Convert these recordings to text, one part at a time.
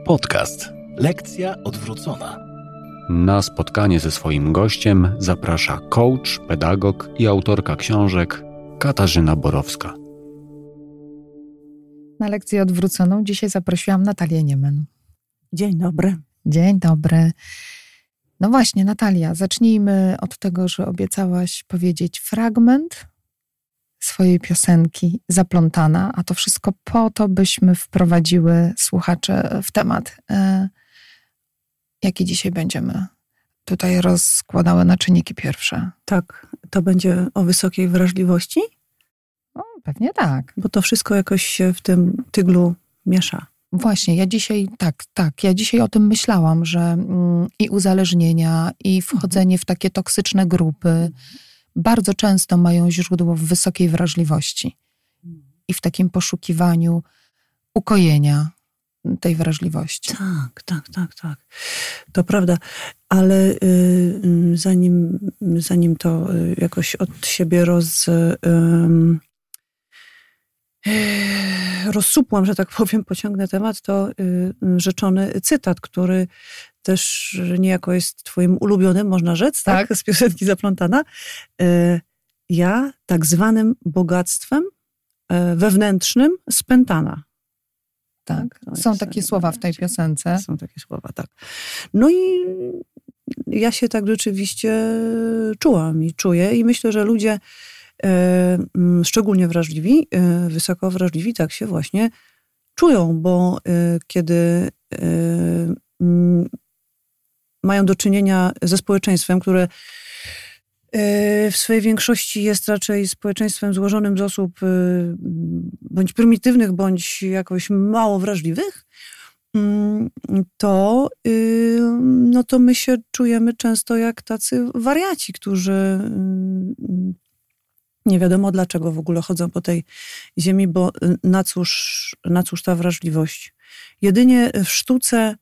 Podcast Lekcja odwrócona. Na spotkanie ze swoim gościem zaprasza coach, pedagog i autorka książek Katarzyna Borowska. Na lekcję odwróconą dzisiaj zaprosiłam Natalię Niemen. Dzień dobry. Dzień dobry. No właśnie, Natalia, zacznijmy od tego, że obiecałaś powiedzieć fragment swojej piosenki Zaplątana, a to wszystko po to, byśmy wprowadziły słuchaczy w temat, jaki dzisiaj będziemy tutaj rozkładały na czynniki pierwsze. Tak, to będzie o wysokiej wrażliwości? O, pewnie tak. Bo to wszystko jakoś się w tym tyglu miesza. Właśnie, ja dzisiaj o tym myślałam, że i uzależnienia, i wchodzenie w takie toksyczne grupy bardzo często mają źródło w wysokiej wrażliwości i w takim poszukiwaniu ukojenia tej wrażliwości. Tak. To prawda, ale zanim to jakoś od siebie rozsupłam, że tak powiem, pociągnę temat, to rzeczony cytat, który też niejako jest twoim ulubionym, można rzec, tak? Z piosenki Zaplątana. Ja tak zwanym bogactwem wewnętrznym spętana. Tak, są takie słowa w tej piosence. Są takie słowa, tak. No i ja się tak rzeczywiście czułam i czuję i myślę, że ludzie szczególnie wrażliwi, wysoko wrażliwi, tak się właśnie czują, bo kiedy mają do czynienia ze społeczeństwem, które w swojej większości jest raczej społeczeństwem złożonym z osób bądź prymitywnych, bądź jakoś mało wrażliwych, to my się czujemy często jak tacy wariaci, którzy nie wiadomo dlaczego w ogóle chodzą po tej ziemi, bo na cóż ta wrażliwość? Jedynie w sztuce,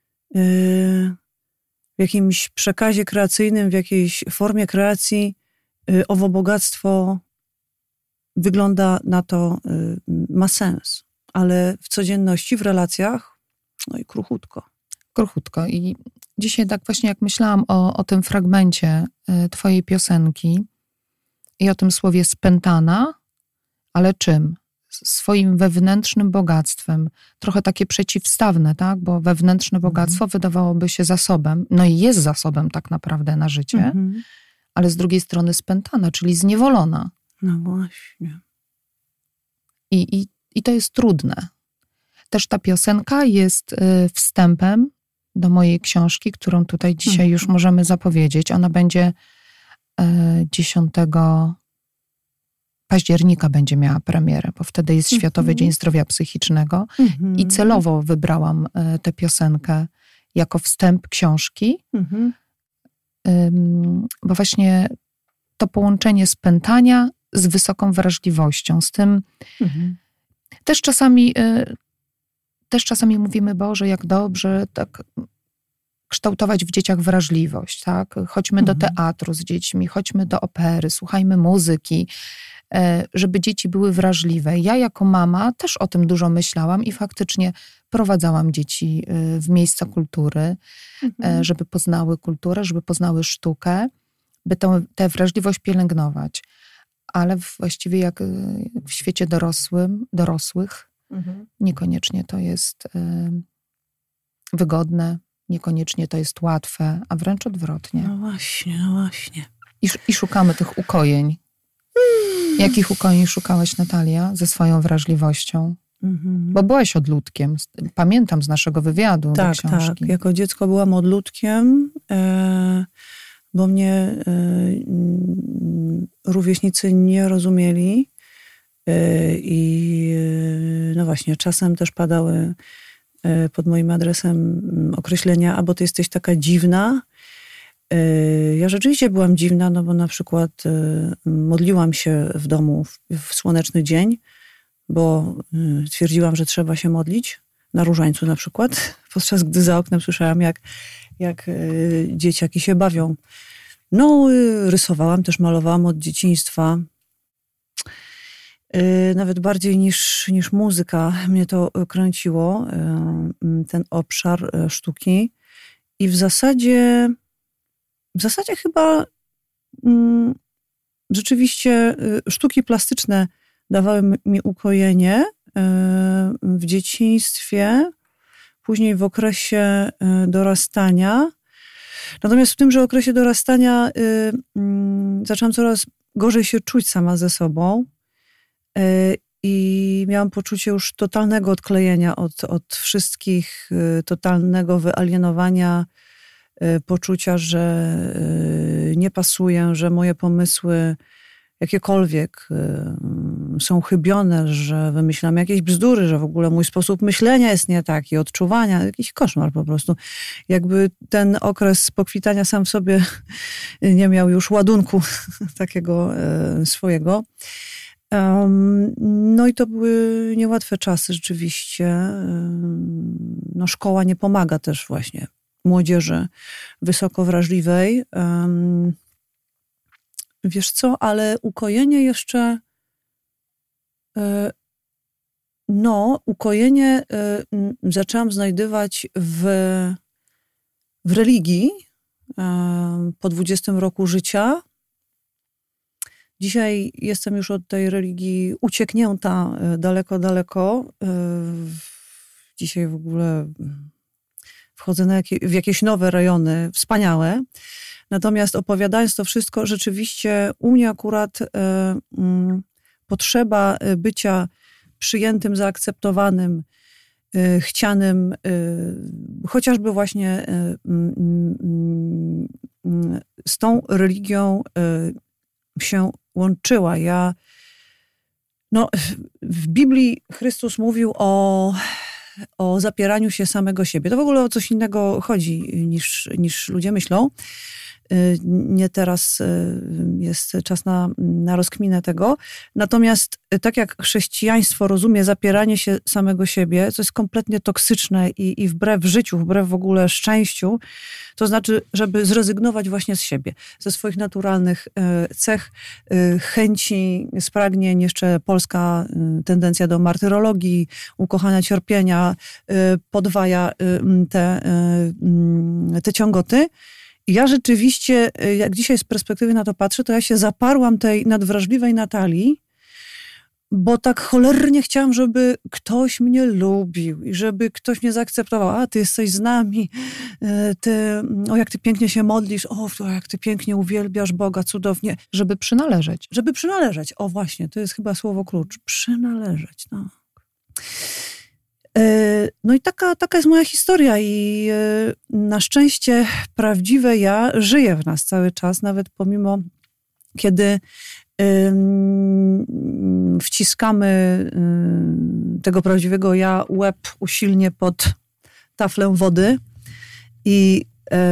w jakimś przekazie kreacyjnym, w jakiejś formie kreacji owo bogactwo wygląda na to, ma sens. Ale w codzienności, w relacjach, no i kruchutko. Kruchutko. I dzisiaj tak właśnie jak myślałam o tym fragmencie twojej piosenki i o tym słowie spętana, ale czym? Swoim wewnętrznym bogactwem. Trochę takie przeciwstawne, tak? Bo wewnętrzne bogactwo wydawałoby się zasobem, no i jest zasobem tak naprawdę na życie, ale z drugiej strony spętana, czyli zniewolona. No właśnie. I to jest trudne. Też ta piosenka jest wstępem do mojej książki, którą tutaj dzisiaj już możemy zapowiedzieć. Ona będzie 10 października będzie miała premierę, bo wtedy jest Światowy Dzień Zdrowia Psychicznego i celowo wybrałam tę piosenkę jako wstęp książki, bo właśnie to połączenie spętania z wysoką wrażliwością, z tym też czasami mówimy, Boże, jak dobrze tak kształtować w dzieciach wrażliwość, tak? Chodźmy do teatru z dziećmi, chodźmy do opery, słuchajmy muzyki, żeby dzieci były wrażliwe. Ja jako mama też o tym dużo myślałam i faktycznie prowadzałam dzieci w miejsca kultury, żeby poznały kulturę, żeby poznały sztukę, by tę wrażliwość pielęgnować. Ale właściwie jak w świecie dorosłych, niekoniecznie to jest wygodne, niekoniecznie to jest łatwe, a wręcz odwrotnie. No właśnie. I szukamy tych ukojeń. Jakich ukojeń szukałaś, Natalia, ze swoją wrażliwością? Bo byłaś odludkiem. Pamiętam z naszego wywiadu do książki. Tak. Jako dziecko byłam odludkiem, bo mnie rówieśnicy nie rozumieli i no właśnie, czasem też padały pod moim adresem określenia, albo ty jesteś taka dziwna. Ja rzeczywiście byłam dziwna, no bo na przykład modliłam się w domu w słoneczny dzień, bo twierdziłam, że trzeba się modlić, na różańcu na przykład, podczas gdy za oknem słyszałam, jak dzieciaki się bawią. No, rysowałam, też malowałam od dzieciństwa. Nawet bardziej niż muzyka mnie to kręciło, ten obszar sztuki. I w zasadzie chyba rzeczywiście sztuki plastyczne dawały mi ukojenie w dzieciństwie, później w okresie dorastania. Natomiast w tymże okresie dorastania zaczęłam coraz gorzej się czuć sama ze sobą i miałam poczucie już totalnego odklejenia od wszystkich, totalnego wyalienowania, poczucia, że nie pasuję, że moje pomysły jakiekolwiek są chybione, że wymyślam jakieś bzdury, że w ogóle mój sposób myślenia jest nie taki, odczuwania, jakiś koszmar po prostu. Jakby ten okres pokwitania sam w sobie nie miał już ładunku takiego swojego. No i to były niełatwe czasy rzeczywiście. No, szkoła nie pomaga też właśnie młodzieży wysoko wrażliwej. Wiesz co, ale ukojenie jeszcze... ukojenie zaczęłam znajdywać w religii po 20 roku życia. Dzisiaj jestem już od tej religii ucieknięta daleko. Dzisiaj w ogóle wchodzę w jakieś nowe rejony, wspaniałe. Natomiast opowiadając to wszystko, rzeczywiście u mnie akurat potrzeba bycia przyjętym, zaakceptowanym, chcianym, chociażby właśnie z tą religią się łączyła. W Biblii Chrystus mówił o zapieraniu się samego siebie. To w ogóle o coś innego chodzi niż ludzie myślą. Nie teraz jest czas na rozkminę tego. Natomiast tak jak chrześcijaństwo rozumie zapieranie się samego siebie, co jest kompletnie toksyczne i wbrew życiu, wbrew w ogóle szczęściu, to znaczy, żeby zrezygnować właśnie z siebie, ze swoich naturalnych cech, chęci, spragnień, jeszcze polska tendencja do martyrologii, ukochania cierpienia, podwaja te ciągoty. I ja rzeczywiście, jak dzisiaj z perspektywy na to patrzę, to ja się zaparłam tej nadwrażliwej Natalii, bo tak cholernie chciałam, żeby ktoś mnie lubił i żeby ktoś mnie zaakceptował. A, ty jesteś z nami, jak ty pięknie się modlisz, jak ty pięknie uwielbiasz Boga, cudownie. Żeby przynależeć. Żeby przynależeć. O właśnie, to jest chyba słowo klucz. Przynależeć, no. No i taka jest moja historia i na szczęście prawdziwe ja żyje w nas cały czas, nawet pomimo kiedy wciskamy tego prawdziwego ja łeb usilnie pod taflę wody i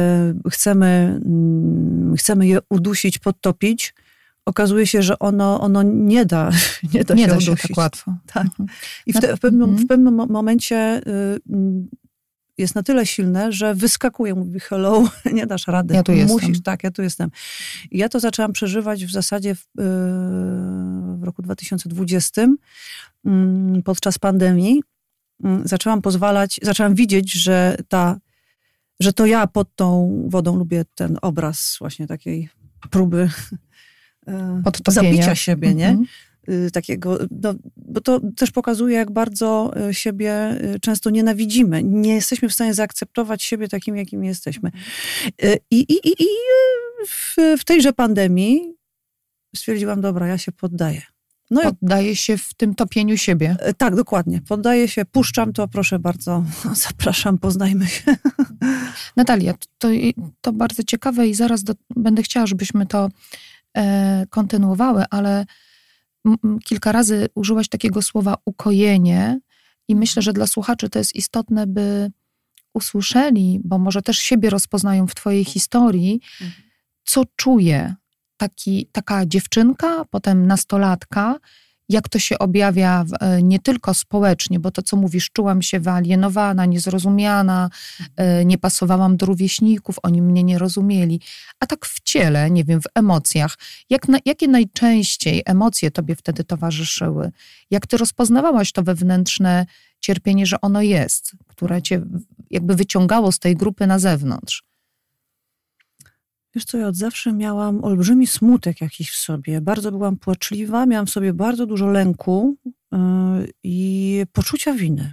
chcemy je udusić, podtopić. Okazuje się, że ono nie da się udusić. Tak łatwo. Tak. I w pewnym momencie jest na tyle silne, że wyskakuje, mówi hello, nie dasz rady. Ja tu Musisz, jestem. tak, ja tu jestem. I ja to zaczęłam przeżywać w zasadzie w roku 2020 podczas pandemii. Zaczęłam widzieć, że to ja pod tą wodą lubię ten obraz właśnie takiej próby zabicia siebie, nie? Takiego, bo to też pokazuje, jak bardzo siebie często nienawidzimy. Nie jesteśmy w stanie zaakceptować siebie takim, jakim jesteśmy. I w tejże pandemii stwierdziłam, dobra, ja się poddaję. No poddaję się w tym topieniu siebie. Tak, dokładnie. Poddaję się, puszczam to, proszę bardzo, zapraszam, poznajmy się. Natalia, to bardzo ciekawe i zaraz będę chciała, żebyśmy to kontynuowały, ale kilka razy użyłaś takiego słowa ukojenie i myślę, że dla słuchaczy to jest istotne, by usłyszeli, bo może też siebie rozpoznają w twojej historii, co czuje taka dziewczynka, potem nastolatka, jak to się objawia nie tylko społecznie, bo to, co mówisz, czułam się wyalienowana, niezrozumiana, nie pasowałam do rówieśników, oni mnie nie rozumieli. A tak w ciele, nie wiem, w emocjach, jakie najczęściej emocje tobie wtedy towarzyszyły? Jak ty rozpoznawałaś to wewnętrzne cierpienie, że ono jest, które cię jakby wyciągało z tej grupy na zewnątrz? Wiesz co, ja od zawsze miałam olbrzymi smutek jakiś w sobie. Bardzo byłam płaczliwa, miałam w sobie bardzo dużo lęku i poczucia winy.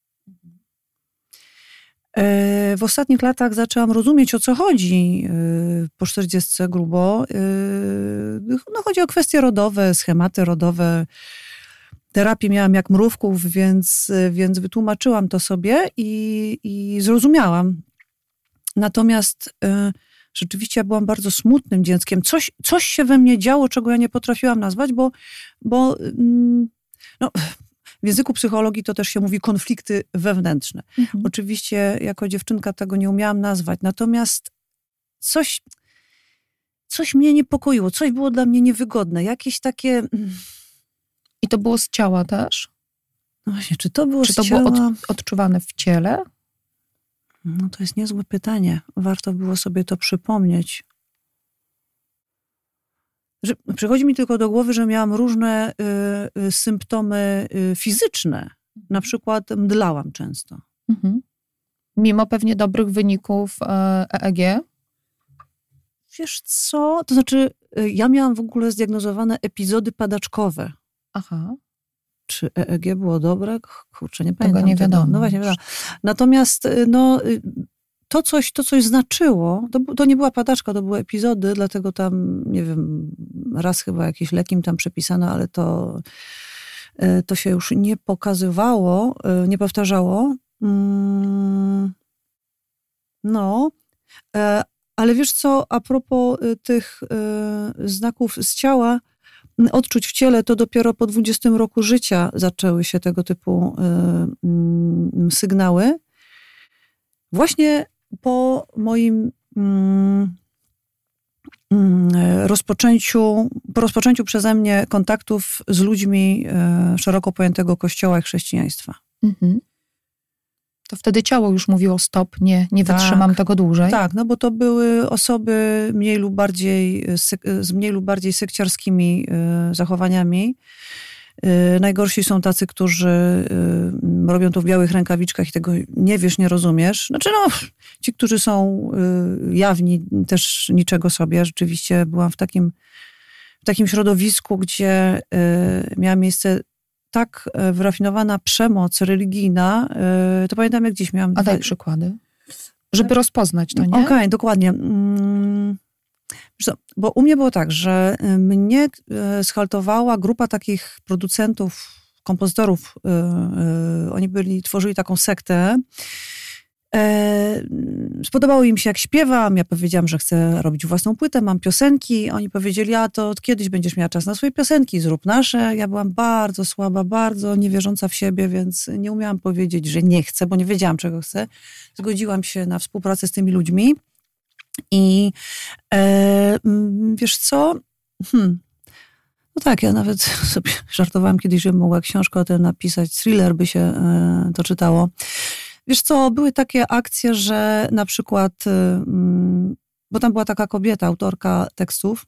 W ostatnich latach zaczęłam rozumieć, o co chodzi po 40 grubo. No, chodzi o kwestie rodowe, schematy rodowe. Terapię miałam jak mrówków, więc wytłumaczyłam to sobie i zrozumiałam. Natomiast rzeczywiście ja byłam bardzo smutnym dzieckiem. Coś się we mnie działo, czego ja nie potrafiłam nazwać, bo no, w języku psychologii to też się mówi konflikty wewnętrzne. Oczywiście jako dziewczynka tego nie umiałam nazwać, natomiast coś mnie niepokoiło, coś było dla mnie niewygodne, jakieś takie... I to było z ciała też? No właśnie, czy to było z ciała? Czy to było odczuwane w ciele? No to jest niezłe pytanie. Warto było sobie to przypomnieć. Przychodzi mi tylko do głowy, że miałam różne symptomy fizyczne. Na przykład mdlałam często. Mimo pewnie dobrych wyników EEG? Wiesz co? To znaczy, ja miałam w ogóle zdiagnozowane epizody padaczkowe. Aha. Czy EEG było dobre? Kurczę, nie pamiętam. Tego nie wiadomo. No właśnie, wiadomo. Natomiast no, to coś znaczyło. To nie była padaczka, to były epizody, dlatego tam, nie wiem, raz chyba jakieś leki mi tam przepisano, ale to się już nie pokazywało, nie powtarzało. No, ale wiesz co, a propos tych znaków z ciała, odczuć w ciele, to dopiero po 20 roku życia zaczęły się tego typu sygnały. Właśnie po moim rozpoczęciu przeze mnie kontaktów z ludźmi szeroko pojętego Kościoła i chrześcijaństwa. To wtedy ciało już mówiło stop, nie wytrzymam tego dłużej. Tak, no bo to były osoby z mniej lub bardziej sekciarskimi zachowaniami. Najgorsi są tacy, którzy robią to w białych rękawiczkach i tego nie wiesz, nie rozumiesz. Znaczy no, ci, którzy są jawni, też niczego sobie. Ja rzeczywiście byłam w takim środowisku, gdzie miała miejsce tak wyrafinowana przemoc religijna, to pamiętam, jak dziś miałam... A daj przykłady, żeby rozpoznać to, nie? Okej, dokładnie. Bo u mnie było tak, że mnie schaltowała grupa takich producentów, kompozytorów. Oni tworzyli taką sektę. Spodobało im się, jak śpiewam. Ja powiedziałam, że chcę robić własną płytę, mam piosenki. Oni powiedzieli, a to kiedyś będziesz miała czas na swoje piosenki, zrób nasze. Ja byłam bardzo słaba, bardzo niewierząca w siebie, więc nie umiałam powiedzieć, że nie chcę, bo nie wiedziałam, czego chcę. Zgodziłam się na współpracę z tymi ludźmi. I wiesz co? No tak, ja nawet sobie żartowałam kiedyś, że mogła książkę o tym napisać, thriller by się to czytało. Wiesz co, były takie akcje, że na przykład, bo tam była taka kobieta, autorka tekstów,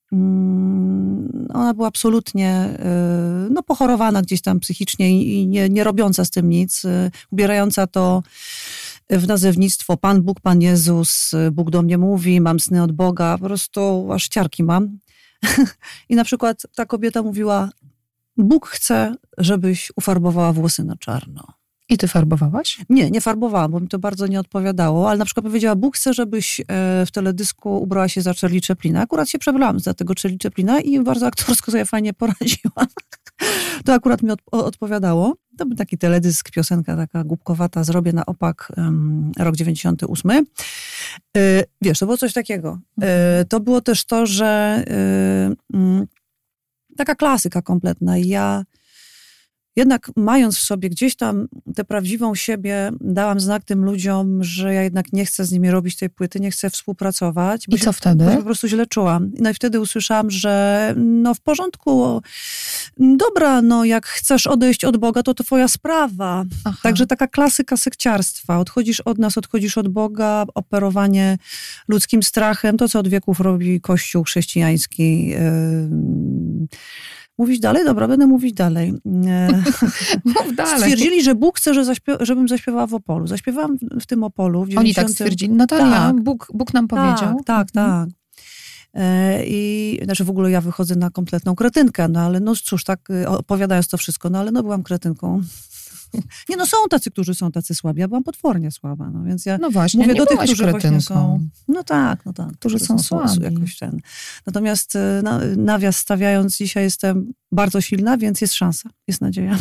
ona była absolutnie pochorowana gdzieś tam psychicznie i nie robiąca z tym nic, ubierająca to w nazewnictwo Pan Bóg, Pan Jezus, Bóg do mnie mówi, mam sny od Boga, po prostu aż ciarki mam. I na przykład ta kobieta mówiła, Bóg chce, żebyś ufarbowała włosy na czarno. I ty farbowałaś? Nie farbowałam, bo mi to bardzo nie odpowiadało, ale na przykład powiedziała, Bóg chce, żebyś w teledysku ubrała się za Charlie Chaplina. Akurat się przebrałam za tego Charlie Chaplina i bardzo aktorsko sobie fajnie poradziłam. To akurat mi odpowiadało. To był taki teledysk, piosenka taka głupkowata, zrobię na opak, rok 98. Wiesz, to było coś takiego. To było też to, że taka klasyka kompletna. Ja jednak mając w sobie gdzieś tam tę prawdziwą siebie, dałam znak tym ludziom, że ja jednak nie chcę z nimi robić tej płyty, nie chcę współpracować. I co wtedy? Bo się po prostu źle czułam. No i wtedy usłyszałam, że no w porządku, dobra, no jak chcesz odejść od Boga, to twoja sprawa. Aha. Także taka klasyka sekciarstwa. Odchodzisz od nas, odchodzisz od Boga, operowanie ludzkim strachem, to co od wieków robi Kościół chrześcijański. Mówić dalej? Dobra, będę mówić dalej. Mów dalej. Stwierdzili, że Bóg chce, żebym zaśpiewała w Opolu. Zaśpiewałam w tym Opolu. Oni tak stwierdzili. Natalia, tak. Bóg nam powiedział. Tak. I znaczy w ogóle ja wychodzę na kompletną kretynkę, no ale no cóż, tak opowiadając to wszystko, no ale no byłam kretynką. Nie no, są tacy, którzy są tacy słabi. Ja byłam potwornie słaba, no więc ja no właśnie, mówię nie do tych, byłaś którzy kretynką. właśnie są... No tak. Którzy są słabi. Jakoś ten. Natomiast nawias stawiając, dzisiaj jestem bardzo silna, więc jest szansa, jest nadzieja.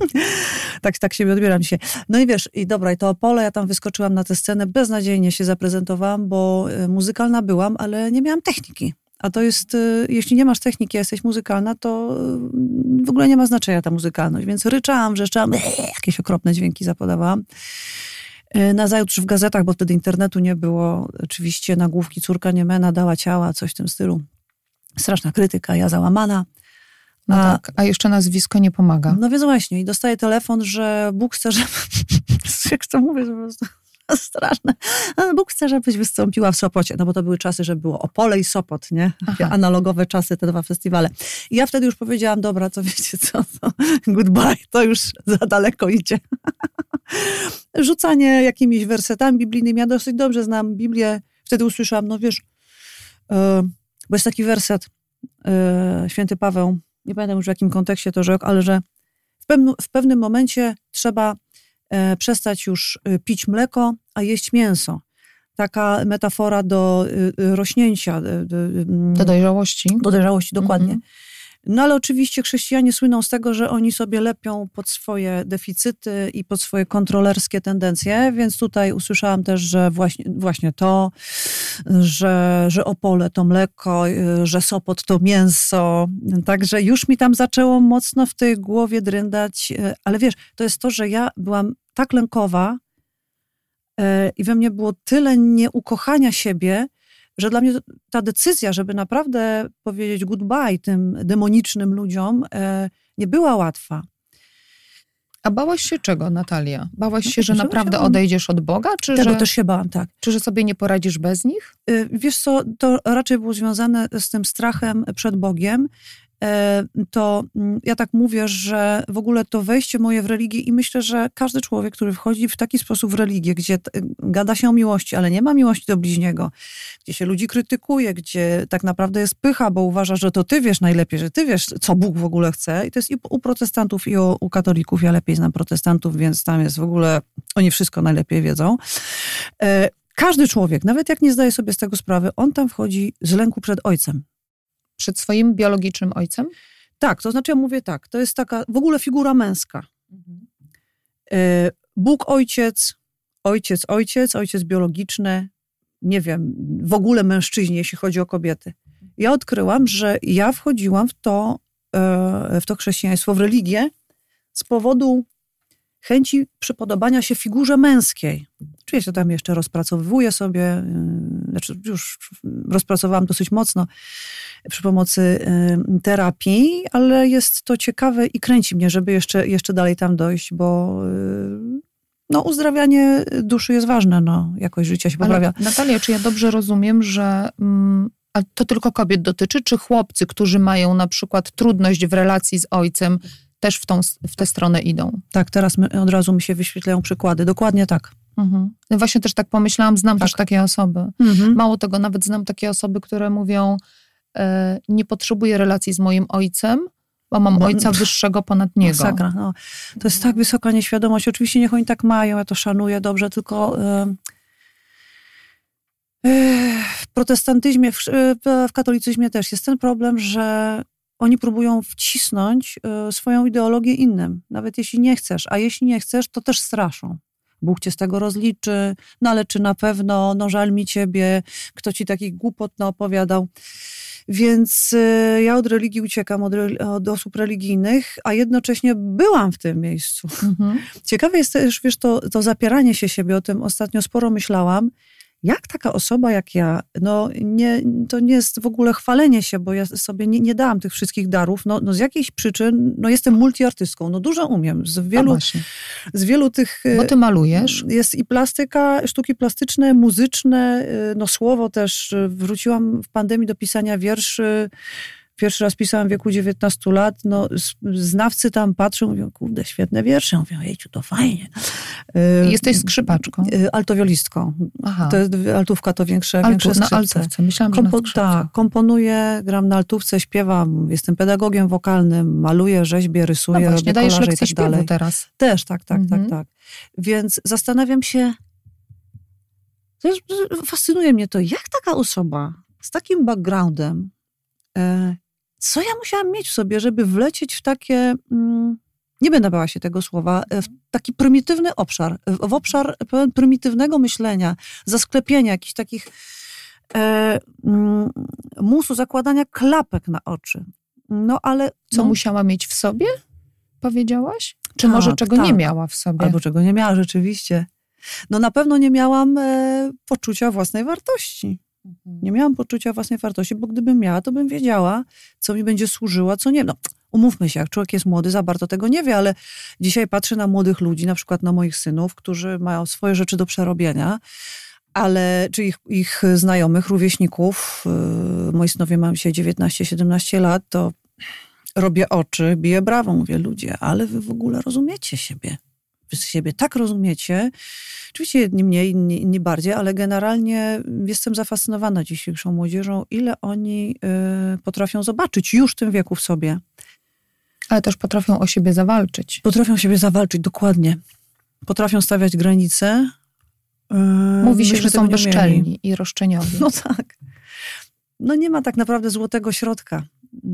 tak siebie odbieram dzisiaj. No i wiesz, i dobra, i to Opole, ja tam wyskoczyłam na tę scenę, beznadziejnie się zaprezentowałam, bo muzykalna byłam, ale nie miałam techniki. A to jest, jeśli nie masz techniki, a jesteś muzykalna, to w ogóle nie ma znaczenia ta muzykalność. Więc ryczałam, wrzeszczałam, jakieś okropne dźwięki zapodawałam. Nazajutrz w gazetach, bo wtedy internetu nie było, oczywiście nagłówki córka Niemena dała ciała, coś w tym stylu. Straszna krytyka, ja załamana. No tak, a jeszcze nazwisko nie pomaga. No więc właśnie, i dostaję telefon, że Bóg chce, żeby... Jak to mówię, że po prostu... Straszne. Bóg chce, żebyś wystąpiła w Sopocie, no bo to były czasy, że było Opole i Sopot, nie? Takie analogowe czasy, te dwa festiwale. I ja wtedy już powiedziałam, dobra, to wiecie co, to goodbye, to już za daleko idzie. Rzucanie jakimiś wersetami biblijnymi, ja dosyć dobrze znam Biblię, wtedy usłyszałam, no wiesz, bo jest taki werset, święty Paweł, nie pamiętam już w jakim kontekście to rzekł, ale że w pewnym momencie trzeba przestać już pić mleko, a jeść mięso. Taka metafora do rośnięcia. Do dojrzałości. Do dojrzałości, dokładnie. No ale oczywiście chrześcijanie słyną z tego, że oni sobie lepią pod swoje deficyty i pod swoje kontrolerskie tendencje, więc tutaj usłyszałam też, że właśnie to, że Opole to mleko, że Sopot to mięso. Także już mi tam zaczęło mocno w tej głowie dryndać, ale wiesz, to jest to, że ja byłam tak lękowa i we mnie było tyle nieukochania siebie, że dla mnie ta decyzja, żeby naprawdę powiedzieć goodbye tym demonicznym ludziom, nie była łatwa. A bałaś się czego, Natalia? Bałaś się, że naprawdę odejdziesz od Boga? Czy Tego że, też się bałam, tak. Czy że sobie nie poradzisz bez nich? Wiesz co, to raczej było związane z tym strachem przed Bogiem. To ja tak mówię, że w ogóle to wejście moje w religię i myślę, że każdy człowiek, który wchodzi w taki sposób w religię, gdzie gada się o miłości, ale nie ma miłości do bliźniego, gdzie się ludzi krytykuje, gdzie tak naprawdę jest pycha, bo uważa, że to ty wiesz najlepiej, że ty wiesz, co Bóg w ogóle chce. I to jest i u protestantów, i u katolików. Ja lepiej znam protestantów, więc tam jest w ogóle, oni wszystko najlepiej wiedzą. Każdy człowiek, nawet jak nie zdaje sobie z tego sprawy, on tam wchodzi z lęku przed ojcem. Przed swoim biologicznym ojcem? Tak, to znaczy ja mówię tak, to jest taka w ogóle figura męska. Bóg ojciec biologiczny, nie wiem, w ogóle mężczyźni, jeśli chodzi o kobiety. Ja odkryłam, że ja wchodziłam w to chrześcijaństwo, w religię z powodu chęci przypodobania się figurze męskiej. Czuję się tam jeszcze rozpracowuję sobie, znaczy już rozpracowałam dosyć mocno przy pomocy terapii, ale jest to ciekawe i kręci mnie, żeby jeszcze dalej tam dojść, bo no, uzdrawianie duszy jest ważne, no, jakość życia się poprawia. Ale Natalia, czy ja dobrze rozumiem, że a to tylko kobiet dotyczy, czy chłopcy, którzy mają na przykład trudność w relacji z ojcem, też w tę stronę idą? Tak, teraz od razu mi się wyświetlają przykłady. Dokładnie tak. No właśnie też tak pomyślałam, znam też takie osoby. Mało tego, nawet znam takie osoby, które mówią, nie potrzebuję relacji z moim ojcem, bo mam ojca wyższego ponad niego. Masakra, no. To jest tak wysoka nieświadomość. Oczywiście niech oni tak mają, ja to szanuję dobrze, tylko w protestantyzmie, w katolicyzmie też jest ten problem, że oni próbują wcisnąć swoją ideologię innym, nawet jeśli nie chcesz. A jeśli nie chcesz, to też straszą. Bóg cię z tego rozliczy, no ale czy na pewno, no żal mi ciebie, kto ci takich głupot naopowiadał. Więc ja od religii uciekam, od osób religijnych, a jednocześnie byłam w tym miejscu. Ciekawe jest też, wiesz, to zapieranie się siebie, o tym ostatnio sporo myślałam. Jak taka osoba jak ja, no to nie jest w ogóle chwalenie się, bo ja sobie nie dałam tych wszystkich darów, no z jakichś przyczyn, no jestem multiartystką, no dużo umiem, z wielu tych... Bo ty malujesz. Jest i plastyka, sztuki plastyczne, muzyczne, no słowo też, wróciłam w pandemii do pisania wierszy. Pierwszy raz pisałam w wieku 19 lat, no znawcy tam patrzą, mówią, kurde, świetne wiersze. Mówią, jejciu, to fajnie. Jesteś skrzypaczką? Altowiolistką. Aha. To jest, altówka to większe Na skrzypce. altówce, myślałam, że na skrzypce. Tak, komponuję, gram na altówce, śpiewam, jestem pedagogiem wokalnym, maluję, rzeźbię, rysuję, no właśnie, robię dajesz kolaże lekcje i tak dalej. śpiewu teraz. Też, tak. Więc zastanawiam się, też fascynuje mnie to, jak taka osoba z takim backgroundem, co ja musiałam mieć w sobie, żeby wlecieć w takie, nie będę bała się tego słowa, w taki prymitywny obszar, w obszar pełen prymitywnego myślenia, zasklepienia, jakichś takich musu, zakładania klapek na oczy. No ale... Co musiała mieć w sobie, powiedziałaś? Czy może czego nie miała w sobie? Albo czego nie miała rzeczywiście. No na pewno nie miałam poczucia własnej wartości. Nie miałam poczucia własnej wartości, bo gdybym miała, to bym wiedziała, co mi będzie służyło, a co nie. No, umówmy się, jak człowiek jest młody, za bardzo tego nie wie, ale dzisiaj patrzę na młodych ludzi, na przykład na moich synów, którzy mają swoje rzeczy do przerobienia, ale, czy ich znajomych, rówieśników, moi synowie mają dzisiaj 19-17 lat, to robię oczy, biję brawo, mówię, ludzie, ale wy w ogóle rozumiecie siebie. Wy siebie tak rozumiecie. Oczywiście jedni mniej, inni bardziej, ale generalnie jestem zafascynowana dzisiejszą młodzieżą, ile oni potrafią zobaczyć już w tym wieku w sobie. Ale też potrafią o siebie zawalczyć. Potrafią siebie zawalczyć, dokładnie. Potrafią stawiać granice. Mówi się, że są bezczelni i roszczeniowi. No tak. No nie ma tak naprawdę złotego środka.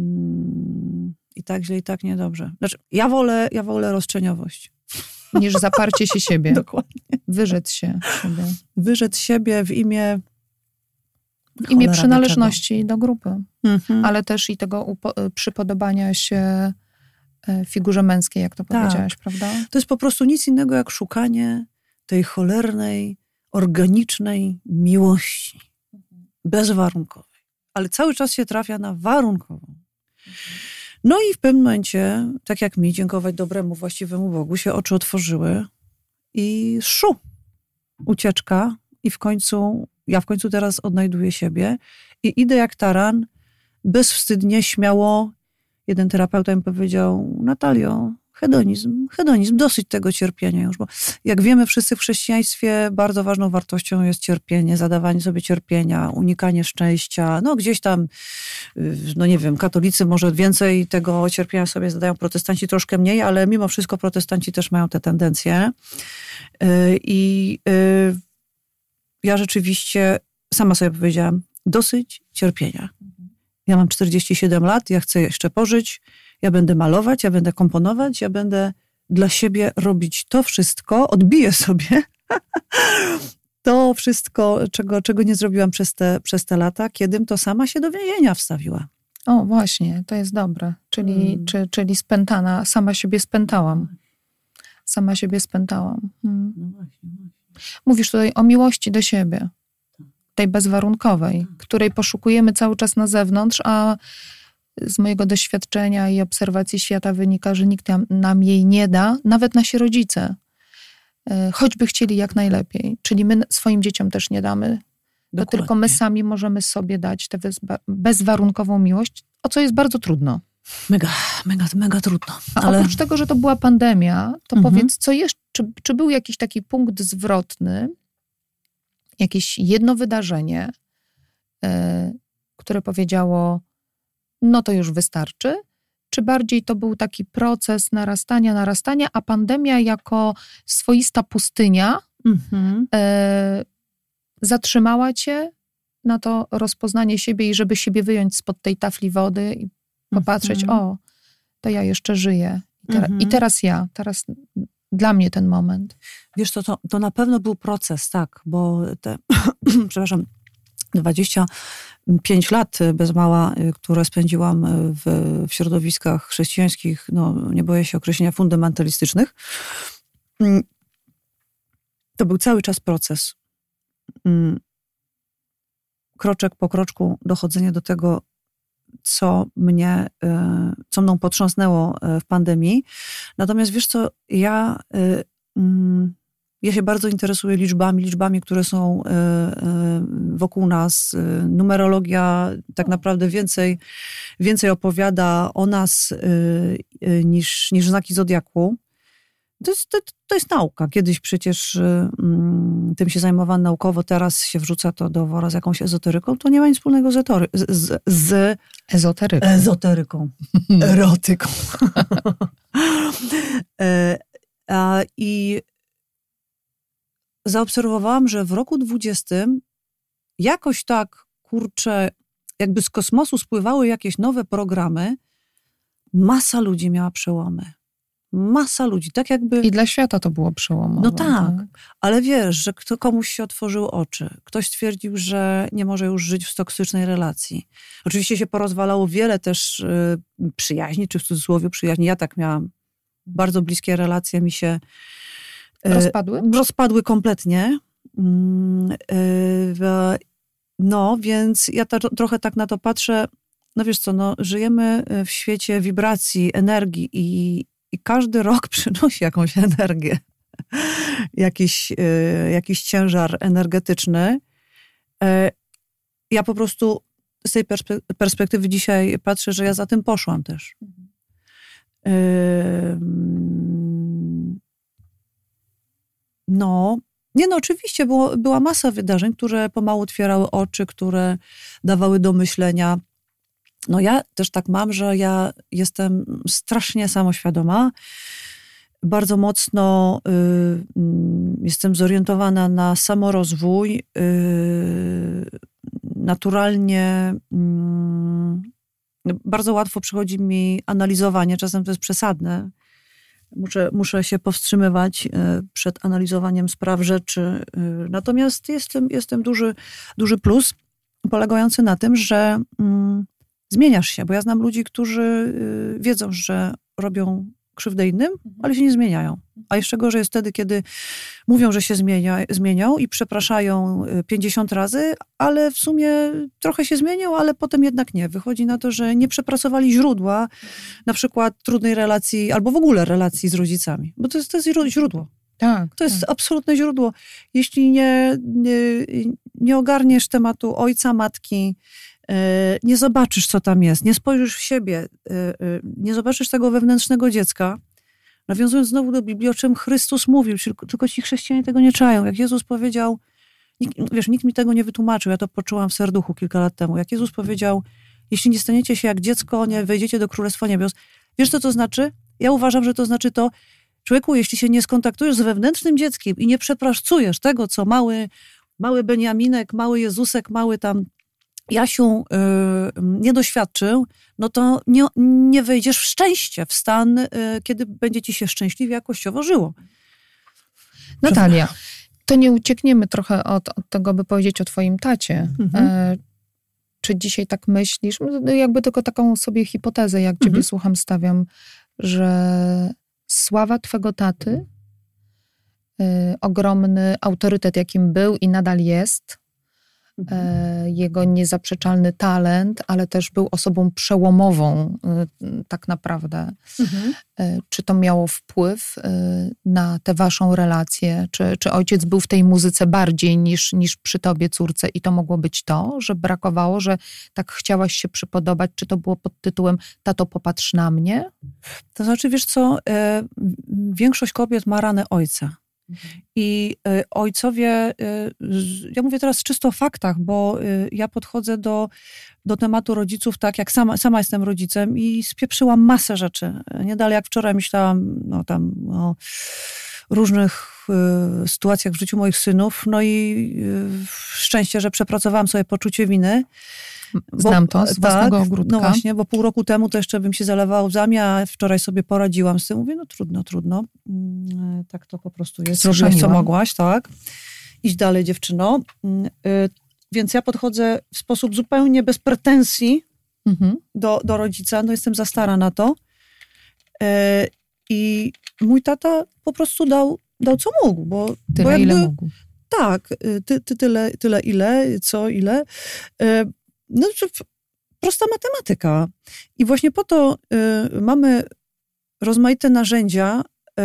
I tak źle, i tak niedobrze. Znaczy, ja wolę roszczeniowość. Niż zaparcie się siebie. Dokładnie. Wyrzec się siebie. Wyrzec siebie w imię... W imię przynależności do grupy. Ale też i tego przypodobania się figurze męskiej, jak to powiedziałaś, prawda? To jest po prostu nic innego jak szukanie tej cholernej, organicznej miłości. Bezwarunkowej. Ale cały czas się trafia na warunkową. No i w pewnym momencie, tak jak mi, dziękować dobremu, właściwemu Bogu, się oczy otworzyły i ucieczka i ja w końcu teraz odnajduję siebie i idę jak taran, bezwstydnie, śmiało. Jeden terapeuta mi powiedział, Natalio, hedonizm, dosyć tego cierpienia już, bo jak wiemy wszyscy w chrześcijaństwie bardzo ważną wartością jest cierpienie, zadawanie sobie cierpienia, unikanie szczęścia, no gdzieś tam, no nie wiem, katolicy może więcej tego cierpienia sobie zadają, protestanci troszkę mniej, ale mimo wszystko protestanci też mają te tendencje i ja rzeczywiście sama sobie powiedziałam, dosyć cierpienia. Ja mam 47 lat, ja chcę jeszcze pożyć, ja będę malować, ja będę komponować, ja będę dla siebie robić to wszystko, odbiję sobie to wszystko, czego nie zrobiłam przez te lata, kiedym to sama się do więzienia wstawiła. O, właśnie, to jest dobre. Czyli spętana, sama siebie spętałam. Sama siebie spętałam. No właśnie. Mówisz tutaj o miłości do siebie, tej bezwarunkowej, której poszukujemy cały czas na zewnątrz, a z mojego doświadczenia i obserwacji świata wynika, że nikt nam jej nie da, nawet nasi rodzice. Choćby chcieli jak najlepiej. Czyli my swoim dzieciom też nie damy. To tylko my sami możemy sobie dać tę bezwarunkową miłość, o co jest bardzo trudno. Mega trudno. Ale oprócz tego, że to była pandemia, to powiedz, co jeszcze, czy był jakiś taki punkt zwrotny, jakieś jedno wydarzenie, które powiedziało, no to już wystarczy, czy bardziej to był taki proces narastania, a pandemia jako swoista pustynia zatrzymała cię na to rozpoznanie siebie i żeby siebie wyjąć spod tej tafli wody i popatrzeć, o, to ja jeszcze żyję. I teraz dla mnie ten moment. Wiesz co, to na pewno był proces, tak, bo te, przepraszam, 25 lat bez mała, które spędziłam w środowiskach chrześcijańskich, no nie boję się określenia fundamentalistycznych, to był cały czas proces. Kroczek po kroczku dochodzenie do tego, co mną potrząsnęło w pandemii. Natomiast wiesz co, ja się bardzo interesuję liczbami, które są wokół nas. Numerologia tak naprawdę więcej opowiada o nas niż znaki zodiaku. To jest nauka. Kiedyś przecież tym się zajmowano naukowo, teraz się wrzuca to do wora z jakąś ezoteryką. To nie ma nic wspólnego z ezoteryką. Erotyką. I zaobserwowałam, że w roku 20 jakoś tak, kurczę, jakby z kosmosu spływały jakieś nowe programy. Masa ludzi miała przełomy. Masa ludzi, tak jakby... I dla świata to było przełomowe. No tak, ale wiesz, że komuś się otworzyły oczy. Ktoś stwierdził, że nie może już żyć w toksycznej relacji. Oczywiście się porozwalało wiele też przyjaźni, czy w cudzysłowie przyjaźni. Ja tak miałam. Bardzo bliskie relacje mi się... Rozpadły? Rozpadły kompletnie. No, więc ja trochę tak na to patrzę. No wiesz co, no, żyjemy w świecie wibracji, energii i każdy rok przynosi jakąś energię. Jakiś ciężar energetyczny. Ja po prostu z tej perspektywy dzisiaj patrzę, że ja za tym poszłam też. Oczywiście była masa wydarzeń, które pomału otwierały oczy, które dawały do myślenia. No ja też tak mam, że ja jestem strasznie samoświadoma. Bardzo mocno jestem zorientowana na samorozwój. Naturalnie bardzo łatwo przychodzi mi analizowanie, czasem to jest przesadne. Muszę się powstrzymywać przed analizowaniem spraw, rzeczy. Natomiast jestem duży plus polegający na tym, że zmieniasz się, bo ja znam ludzi, którzy wiedzą, że robią krzywdę innym, ale się nie zmieniają. A jeszcze gorzej jest wtedy, kiedy mówią, że się zmienią i przepraszają 50 razy, ale w sumie trochę się zmienią, ale potem jednak nie. Wychodzi na to, że nie przepracowali źródła, na przykład trudnej relacji, albo w ogóle relacji z rodzicami. Bo to jest źródło. Tak. To jest absolutne źródło. Jeśli nie ogarniesz tematu ojca, matki, nie zobaczysz, co tam jest, nie spojrzysz w siebie, nie zobaczysz tego wewnętrznego dziecka, nawiązując znowu do Biblii, o czym Chrystus mówił, tylko ci chrześcijanie tego nie czają. Jak Jezus powiedział, nikt mi tego nie wytłumaczył, ja to poczułam w serduchu kilka lat temu. Jak Jezus powiedział, jeśli nie staniecie się jak dziecko, nie wejdziecie do Królestwa Niebios. Wiesz, co to znaczy? Ja uważam, że to znaczy to, człowieku, jeśli się nie skontaktujesz z wewnętrznym dzieckiem i nie przepracujesz tego, co mały Beniaminek, mały Jezusek, mały tam Jasiu nie doświadczył, no to nie wejdziesz w szczęście, w stan, kiedy będzie ci się szczęśliwie jakościowo żyło. Natalia, to nie uciekniemy trochę od tego, by powiedzieć o twoim tacie. Czy dzisiaj tak myślisz? Jakby tylko taką sobie hipotezę, jak ciebie słucham, stawiam, że sława twego taty, ogromny autorytet, jakim był i nadal jest, jego niezaprzeczalny talent, ale też był osobą przełomową tak naprawdę. Czy to miało wpływ na tę waszą relację? Czy ojciec był w tej muzyce bardziej niż przy tobie, córce, i to mogło być to, że brakowało, że tak chciałaś się przypodobać? Czy to było pod tytułem tato, popatrz na mnie? To znaczy, wiesz co, większość kobiet ma ranę ojca. I ojcowie, ja mówię teraz czysto o faktach, bo ja podchodzę do tematu rodziców tak, jak sama jestem rodzicem i spieprzyłam masę rzeczy. Nie dalej jak wczoraj myślałam różnych sytuacjach w życiu moich synów. No i szczęście, że przepracowałam sobie poczucie winy. Znam to z własnego ogródka. No właśnie, bo pół roku temu to jeszcze bym się zalewała łzami, a wczoraj sobie poradziłam z tym. Mówię, no trudno. Tak to po prostu jest. Zrobiłaś, co mogłaś, tak. Idź dalej, dziewczyno. Więc ja podchodzę w sposób zupełnie bez pretensji do rodzica. No jestem za stara na to. I mój tata po prostu dał co mógł. Bo jakby, ile mógł. Tak, tyle ile. No, prosta matematyka. I właśnie po to mamy rozmaite narzędzia,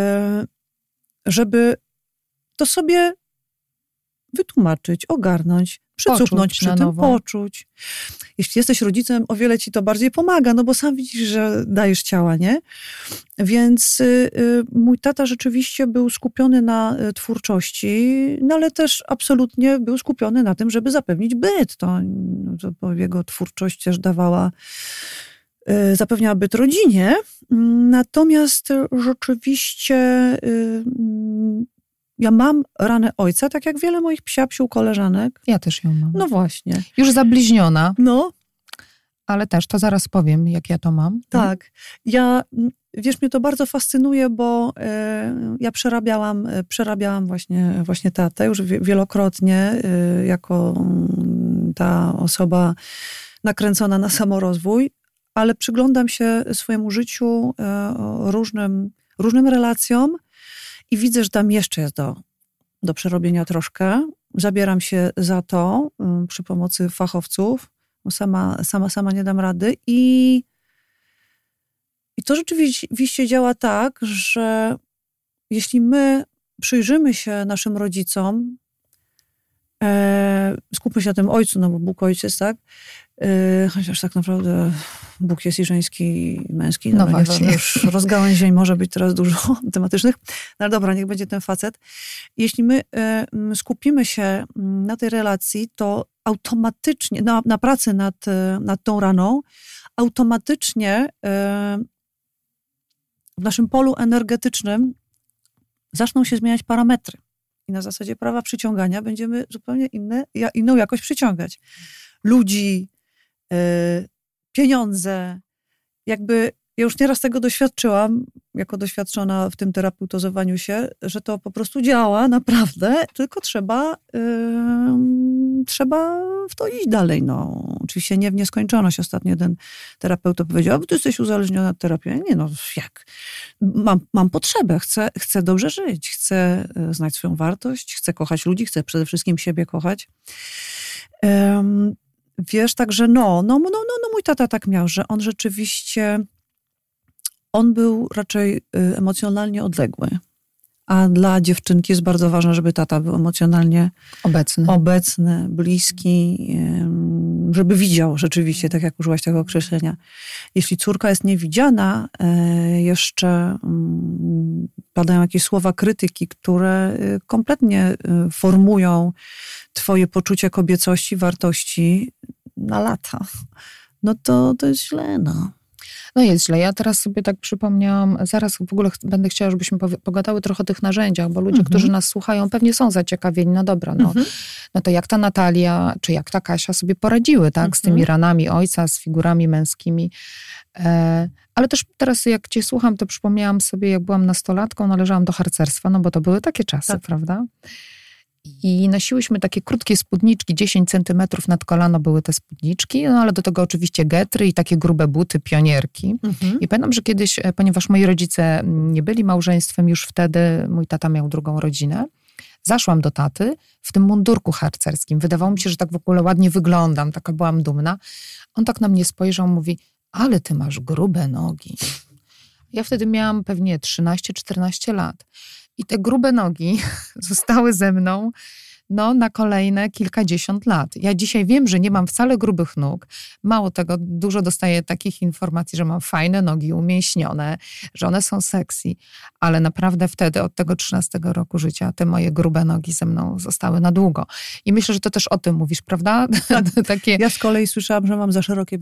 żeby to sobie wytłumaczyć, ogarnąć, przycupnąć przy tym, poczuć. Jeśli jesteś rodzicem, o wiele ci to bardziej pomaga, no bo sam widzisz, że dajesz ciała, nie? Więc mój tata rzeczywiście był skupiony na twórczości, no ale też absolutnie był skupiony na tym, żeby zapewnić byt. To jego twórczość też zapewniała byt rodzinie. Natomiast rzeczywiście ja mam ranę ojca, tak jak wiele moich psiu koleżanek. Ja też ją mam. No właśnie. Już zabliźniona. No. Ale też, to zaraz powiem, jak ja to mam. Tak. Wiesz, mnie to bardzo fascynuje, bo ja przerabiałam właśnie tatę już wielokrotnie jako ta osoba nakręcona na samorozwój, ale przyglądam się swojemu życiu, różnym relacjom i widzę, że tam jeszcze jest do przerobienia troszkę. Zabieram się za to przy pomocy fachowców. Sama nie dam rady. I to rzeczywiście działa tak, że jeśli my przyjrzymy się naszym rodzicom, skupmy się na tym ojcu, no bo Bóg ojciec, tak? Chociaż tak naprawdę Bóg jest i żeński, i męski. No właśnie. Już rozgałęzień może być teraz dużo tematycznych. No ale dobra, niech będzie ten facet. Jeśli my skupimy się na tej relacji, to automatycznie, na pracy nad tą raną, automatycznie w naszym polu energetycznym zaczną się zmieniać parametry. I na zasadzie prawa przyciągania będziemy zupełnie inną jakość przyciągać. Ludzi, pieniądze. Jakby ja już nieraz tego doświadczyłam, jako doświadczona w tym terapeutozowaniu się, że to po prostu działa naprawdę, tylko trzeba w to iść dalej. No, oczywiście nie w nieskończoność. Ostatnio jeden terapeuta powiedział, ty jesteś uzależniona od terapii. Nie no, jak? Mam potrzebę, chcę dobrze żyć, chcę znać swoją wartość, chcę kochać ludzi, chcę przede wszystkim siebie kochać. Wiesz, także mój tata tak miał, że on rzeczywiście, on był raczej emocjonalnie odległy. A dla dziewczynki jest bardzo ważne, żeby tata był emocjonalnie obecny, bliski, żeby widział rzeczywiście, tak jak użyłaś tego określenia. Jeśli córka jest niewidziana, jeszcze padają jakieś słowa krytyki, które kompletnie formują twoje poczucie kobiecości, wartości na lata. No to jest źle, no. No jest źle. Ja teraz sobie tak przypomniałam, zaraz w ogóle będę chciała, żebyśmy pogadały trochę o tych narzędziach, bo ludzie, którzy nas słuchają, pewnie są zaciekawieni. No dobra, no to jak ta Natalia, czy jak ta Kasia sobie poradziły, tak, z tymi ranami ojca, z figurami męskimi. Ale też teraz jak cię słucham, to przypomniałam sobie, jak byłam nastolatką, należałam do harcerstwa, no bo to były takie czasy, tak, prawda? I nosiłyśmy takie krótkie spódniczki, 10 centymetrów nad kolano były te spódniczki, no ale do tego oczywiście getry i takie grube buty, pionierki. I pamiętam, że kiedyś, ponieważ moi rodzice nie byli małżeństwem już wtedy, mój tata miał drugą rodzinę, zaszłam do taty w tym mundurku harcerskim. Wydawało mi się, że tak w ogóle ładnie wyglądam, taka byłam dumna. On tak na mnie spojrzał, mówi, ale ty masz grube nogi. Ja wtedy miałam pewnie 13-14 lat. I te grube nogi zostały ze mną na kolejne kilkadziesiąt lat. Ja dzisiaj wiem, że nie mam wcale grubych nóg. Mało tego, dużo dostaję takich informacji, że mam fajne nogi, umięśnione, że one są sexy. Ale naprawdę wtedy, od tego 13 roku życia, te moje grube nogi ze mną zostały na długo. I myślę, że to też o tym mówisz, prawda? Tak. Ja z kolei słyszałam, że mam za szerokie biodra.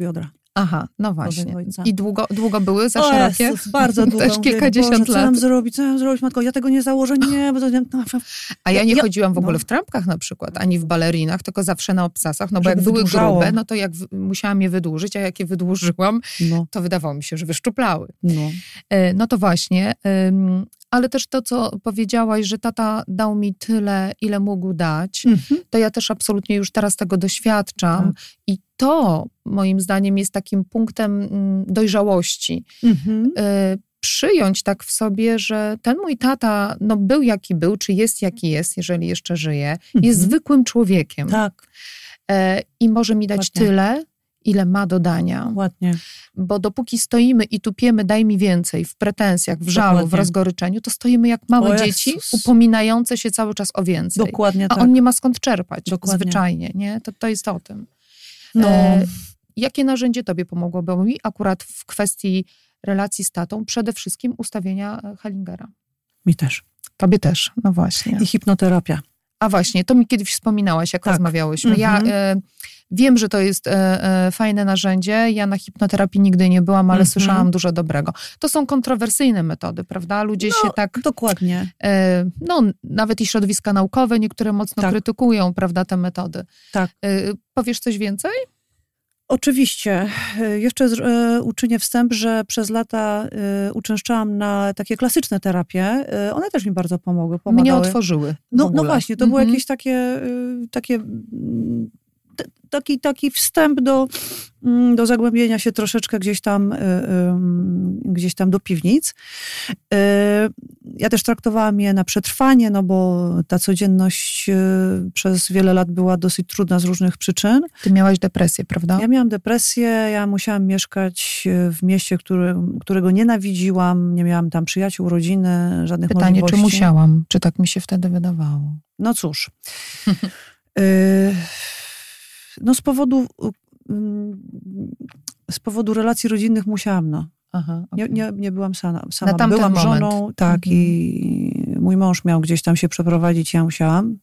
Aha, no właśnie. Młodego ojca. I długo były za szerokie? Jezus, bardzo długo. Też kilkadziesiąt Boże, lat. Co mam zrobić, matko? Ja tego nie założę, nie, bo to... A ja nie chodziłam w ogóle w trampkach na przykład, ani w balerinach, tylko zawsze na obcasach, no bo Żeby jak były wydłużało. grube, no to jak musiałam je wydłużyć, a jak je wydłużyłam, to wydawało mi się, że wyszczuplały. No to właśnie, ale też to, co powiedziałaś, że tata dał mi tyle, ile mógł dać, to ja też absolutnie już teraz tego doświadczam i to moim zdaniem jest takim punktem dojrzałości. Przyjąć tak w sobie, że ten mój tata no był jaki był, czy jest jaki jest, jeżeli jeszcze żyje, jest zwykłym człowiekiem. Tak. I może mi dać tyle, ile ma do dania. Ładnie. Bo dopóki stoimy i tupiemy daj mi więcej, w pretensjach, w żalu, Dokładnie. w rozgoryczeniu, to stoimy jak małe dzieci, upominające się cały czas o więcej. Dokładnie A tak. on nie ma skąd czerpać, Dokładnie. zwyczajnie, nie? To jest o tym. No. Jakie narzędzie tobie pomogło? Bo mi akurat w kwestii relacji z tatą przede wszystkim ustawienia Hellingera. Mi też. Tobie też, no właśnie. I hipnoterapia. A właśnie, to mi kiedyś wspominałaś, jak rozmawiałyśmy. Ja wiem, że to jest fajne narzędzie. Ja na hipnoterapii nigdy nie byłam, ale słyszałam dużo dobrego. To są kontrowersyjne metody, prawda? Ludzie się tak... Dokładnie. Nawet i środowiska naukowe niektóre mocno krytykują, prawda, te metody. Tak. Powiesz coś więcej? Oczywiście. Jeszcze uczynię wstęp, że przez lata uczęszczałam na takie klasyczne terapie. One też mi bardzo pomagały. Mnie otworzyły. No właśnie, to było jakieś taki wstęp do zagłębienia się troszeczkę gdzieś tam do piwnic. Ja też traktowałam je na przetrwanie, no bo ta codzienność przez wiele lat była dosyć trudna z różnych przyczyn. Ty miałaś depresję, prawda? Ja miałam depresję, ja musiałam mieszkać w mieście, którego nienawidziłam, nie miałam tam przyjaciół, rodziny, żadnych możliwości. Pytanie, czy musiałam? Czy tak mi się wtedy wydawało? No cóż. No z powodu relacji rodzinnych musiałam, no. Aha, okay. Nie byłam sama. Byłam żoną, tak, i mój mąż miał gdzieś tam się przeprowadzić, ja musiałam.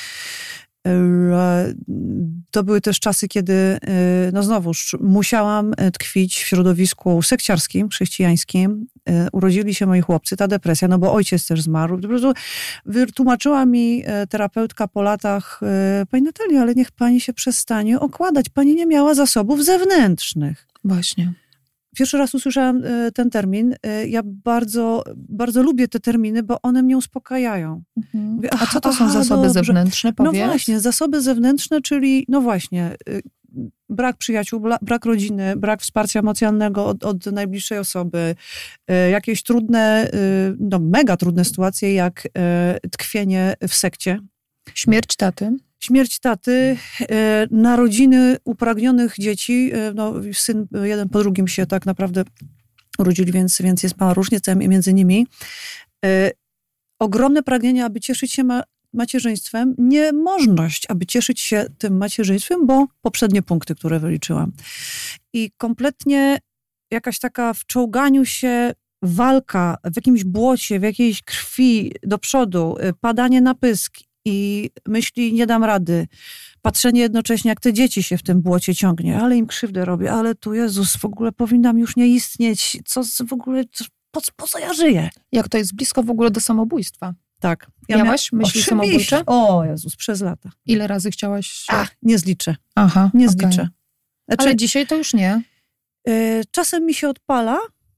To były też czasy, kiedy no znowuż musiałam tkwić w środowisku sekciarskim, chrześcijańskim. Urodzili się moi chłopcy, ta depresja, no bo ojciec też zmarł. Po prostu wytłumaczyła mi terapeutka po latach: pani Natalio, ale niech pani się przestanie okładać. Pani nie miała zasobów zewnętrznych. Właśnie. Pierwszy raz usłyszałam ten termin. Ja bardzo, bardzo lubię te terminy, bo one mnie uspokajają. Mówię, a co to są zasoby zewnętrzne, powiedz? No właśnie, zasoby zewnętrzne, czyli no właśnie, brak przyjaciół, brak rodziny, brak wsparcia emocjonalnego od najbliższej osoby, jakieś trudne, no mega trudne sytuacje, jak tkwienie w sekcie. Śmierć taty. Śmierć taty, narodziny upragnionych dzieci, no syn jeden po drugim się tak naprawdę urodzili, więc jest mała różnica między nimi. Ogromne pragnienie, aby cieszyć się macierzyństwem, niemożność, aby cieszyć się tym macierzyństwem, bo poprzednie punkty, które wyliczyłam. I kompletnie jakaś taka w czołganiu się walka w jakimś błocie, w jakiejś krwi do przodu, padanie na pysk i myśli, nie dam rady. Patrzenie jednocześnie, jak te dzieci się w tym błocie ciągnie, ale im krzywdę robię, ale tu Jezus, w ogóle powinnam już nie istnieć. W ogóle, po co ja żyję? Jak to jest blisko w ogóle do samobójstwa? Tak. Miałaś myśli samobójcze? O Jezus, przez lata. Ile razy chciałaś? Nie zliczę. Aha, nie zliczę. Znaczy, ale dzisiaj to już nie. Czasem mi się odpala.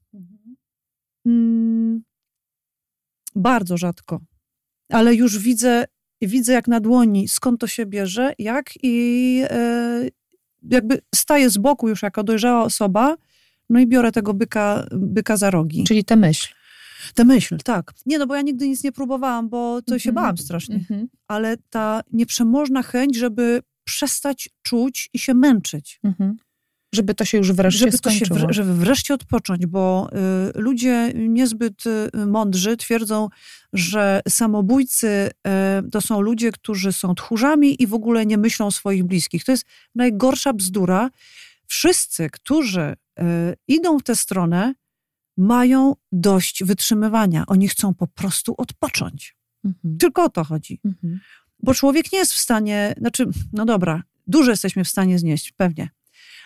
Bardzo rzadko. Ale już widzę jak na dłoni, skąd to się bierze, jak i jakby staję z boku już jako dojrzała osoba, no i biorę tego byka za rogi. Czyli tę myśl. Tę myśl, tak. Nie, no bo ja nigdy nic nie próbowałam, bo to się bałam strasznie. Ale ta nieprzemożna chęć, żeby przestać czuć i się męczyć. Żeby to się już wreszcie skończyło. Żeby wreszcie odpocząć, bo ludzie niezbyt mądrzy twierdzą, że samobójcy to są ludzie, którzy są tchórzami i w ogóle nie myślą o swoich bliskich. To jest najgorsza bzdura. Wszyscy, którzy idą w tę stronę, mają dość wytrzymywania. Oni chcą po prostu odpocząć. Tylko o to chodzi. Bo człowiek nie jest w stanie, no dobra, dużo jesteśmy w stanie znieść, pewnie.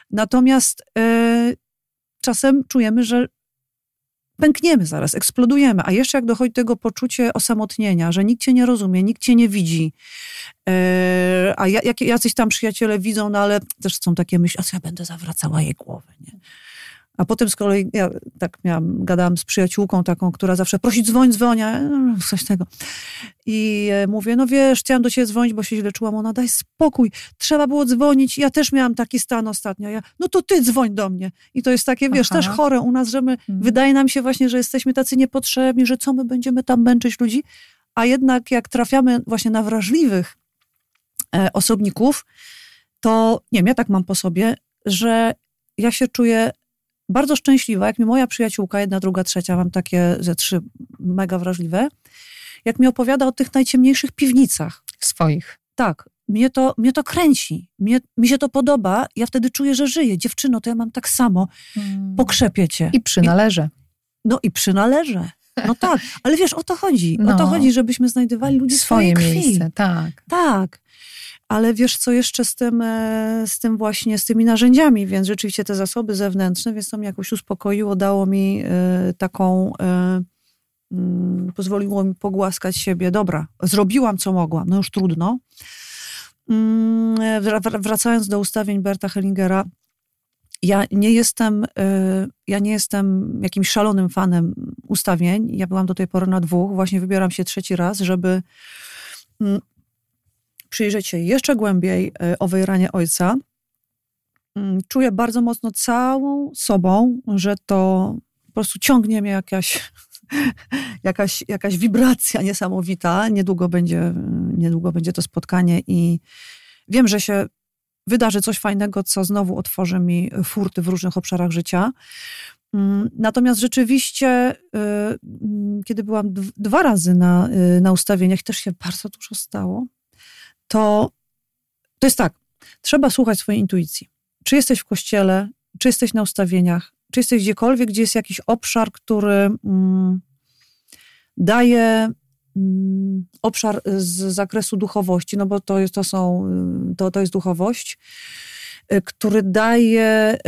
Natomiast czasem czujemy, że pękniemy zaraz, eksplodujemy, a jeszcze jak dochodzi tego poczucie osamotnienia, że nikt cię nie rozumie, nikt cię nie widzi, a jacyś tam przyjaciele widzą, no ale też są takie myśli, a co ja będę zawracała jej głowę, nie? A potem z kolei, ja tak gadałam z przyjaciółką taką, która zawsze prosi dzwoń, coś tego. I mówię, no wiesz, chciałam do ciebie dzwonić, bo się źle czułam. Ona, daj spokój, trzeba było dzwonić. Ja też miałam taki stan ostatnio. No to ty dzwoń do mnie. I to jest takie, wiesz, też chore u nas, że wydaje nam się właśnie, że jesteśmy tacy niepotrzebni, że co my będziemy tam męczyć ludzi. A jednak jak trafiamy właśnie na wrażliwych osobników, to nie wiem, ja tak mam po sobie, że ja się czuję bardzo szczęśliwa, jak mi moja przyjaciółka, jedna, druga, trzecia, mam takie ze 3 mega wrażliwe, jak mi opowiada o tych najciemniejszych piwnicach. Swoich. Tak, mnie to kręci, mi się to podoba, ja wtedy czuję, że żyję. Dziewczyno, to ja mam tak samo, pokrzepię cię. I przynależę. I przynależę. No tak, ale wiesz, o to chodzi. O to chodzi, żebyśmy znajdowali ludzi swojej krwi. Miejsce, tak. Tak. Ale wiesz co, jeszcze z tym właśnie, z tymi narzędziami, więc rzeczywiście te zasoby zewnętrzne, więc to mnie jakoś uspokoiło, dało mi pozwoliło mi pogłaskać siebie. Dobra, zrobiłam co mogłam, no już trudno. Wracając do ustawień Berta Hellingera, ja nie jestem jakimś szalonym fanem ustawień. Ja byłam do tej pory na 2, właśnie wybieram się 3 raz, żeby przyjrzeć się jeszcze głębiej owej ranie ojca. Czuję bardzo mocno całą sobą, że to po prostu ciągnie mnie jakaś wibracja niesamowita. Niedługo będzie to spotkanie i wiem, że się wydarzy coś fajnego, co znowu otworzy mi furty w różnych obszarach życia. Natomiast rzeczywiście, kiedy byłam 2 razy na ustawieniach, też się bardzo dużo stało, to jest tak, trzeba słuchać swojej intuicji. Czy jesteś w kościele, czy jesteś na ustawieniach, czy jesteś gdziekolwiek, gdzie jest jakiś obszar, który daje obszar z zakresu duchowości, no bo to jest duchowość, który daje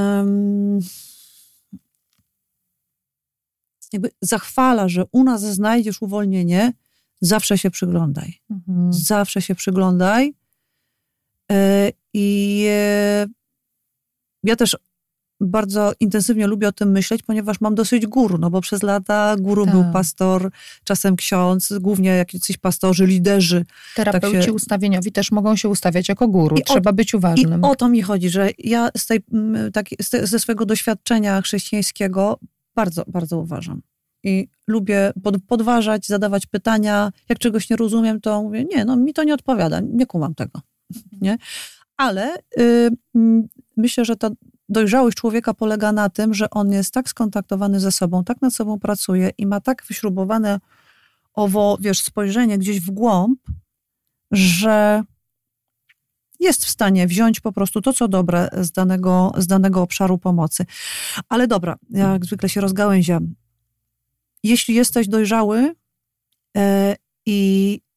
jakby zachwala, że u nas znajdziesz uwolnienie, zawsze się przyglądaj. Zawsze się przyglądaj. I ja też bardzo intensywnie lubię o tym myśleć, ponieważ mam dosyć guru, no bo przez lata guru był pastor, czasem ksiądz, głównie jakiś pastorzy, liderzy. Terapeuci ustawieniowi też mogą się ustawiać jako guru. Trzeba być uważnym. I o to mi chodzi, że ja ze swojego doświadczenia chrześcijańskiego bardzo, bardzo uważam. I lubię podważać, zadawać pytania. Jak czegoś nie rozumiem, to mówię, nie, no mi to nie odpowiada, nie kumam tego. Nie? Ale myślę, że ta dojrzałość człowieka polega na tym, że on jest tak skontaktowany ze sobą, tak nad sobą pracuje i ma tak wyśrubowane spojrzenie gdzieś w głąb, że jest w stanie wziąć po prostu to, co dobre z danego obszaru pomocy. Ale dobra, jak zwykle się rozgałęziam. Jeśli jesteś dojrzały i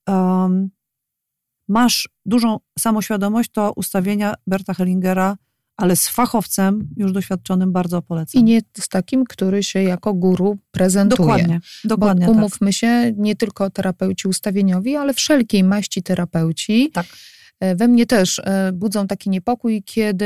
masz dużą samoświadomość, to ustawienia Berta Hellingera, ale z fachowcem już doświadczonym, bardzo polecam. I nie z takim, który się jako guru prezentuje. Dokładnie. Bo umówmy się, nie tylko terapeuci ustawieniowi, ale wszelkiej maści terapeuci. Tak. We mnie też budzą taki niepokój, kiedy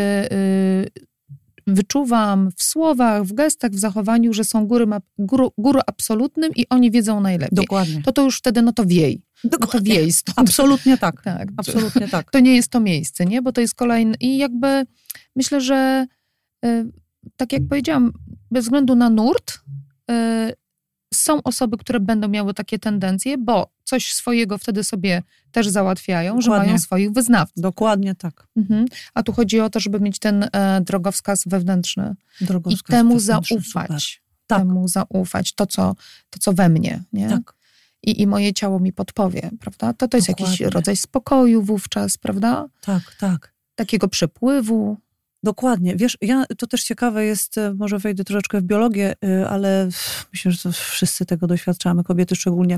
wyczuwam w słowach, w gestach, w zachowaniu, że są guru absolutnym i oni wiedzą najlepiej. Dokładnie. To już wtedy, no to wiej. Dokładnie. No to wiej stąd. Absolutnie tak. Absolutnie tak. To nie jest to miejsce, nie? Bo to jest kolejny... I jakby myślę, że tak jak powiedziałam, bez względu na nurt, są osoby, które będą miały takie tendencje, bo coś swojego wtedy sobie też załatwiają, że mają swoich wyznawców. Dokładnie tak. A tu chodzi o to, żeby mieć ten drogowskaz wewnętrzny i temu zaufać. Tak. Temu zaufać. To, co we mnie. Nie? Tak. I moje ciało mi podpowie, prawda? To jest jakiś rodzaj spokoju wówczas, prawda? Tak. Takiego przepływu. Dokładnie. Wiesz, to też ciekawe jest, może wejdę troszeczkę w biologię, ale myślę, że to wszyscy tego doświadczamy, kobiety szczególnie.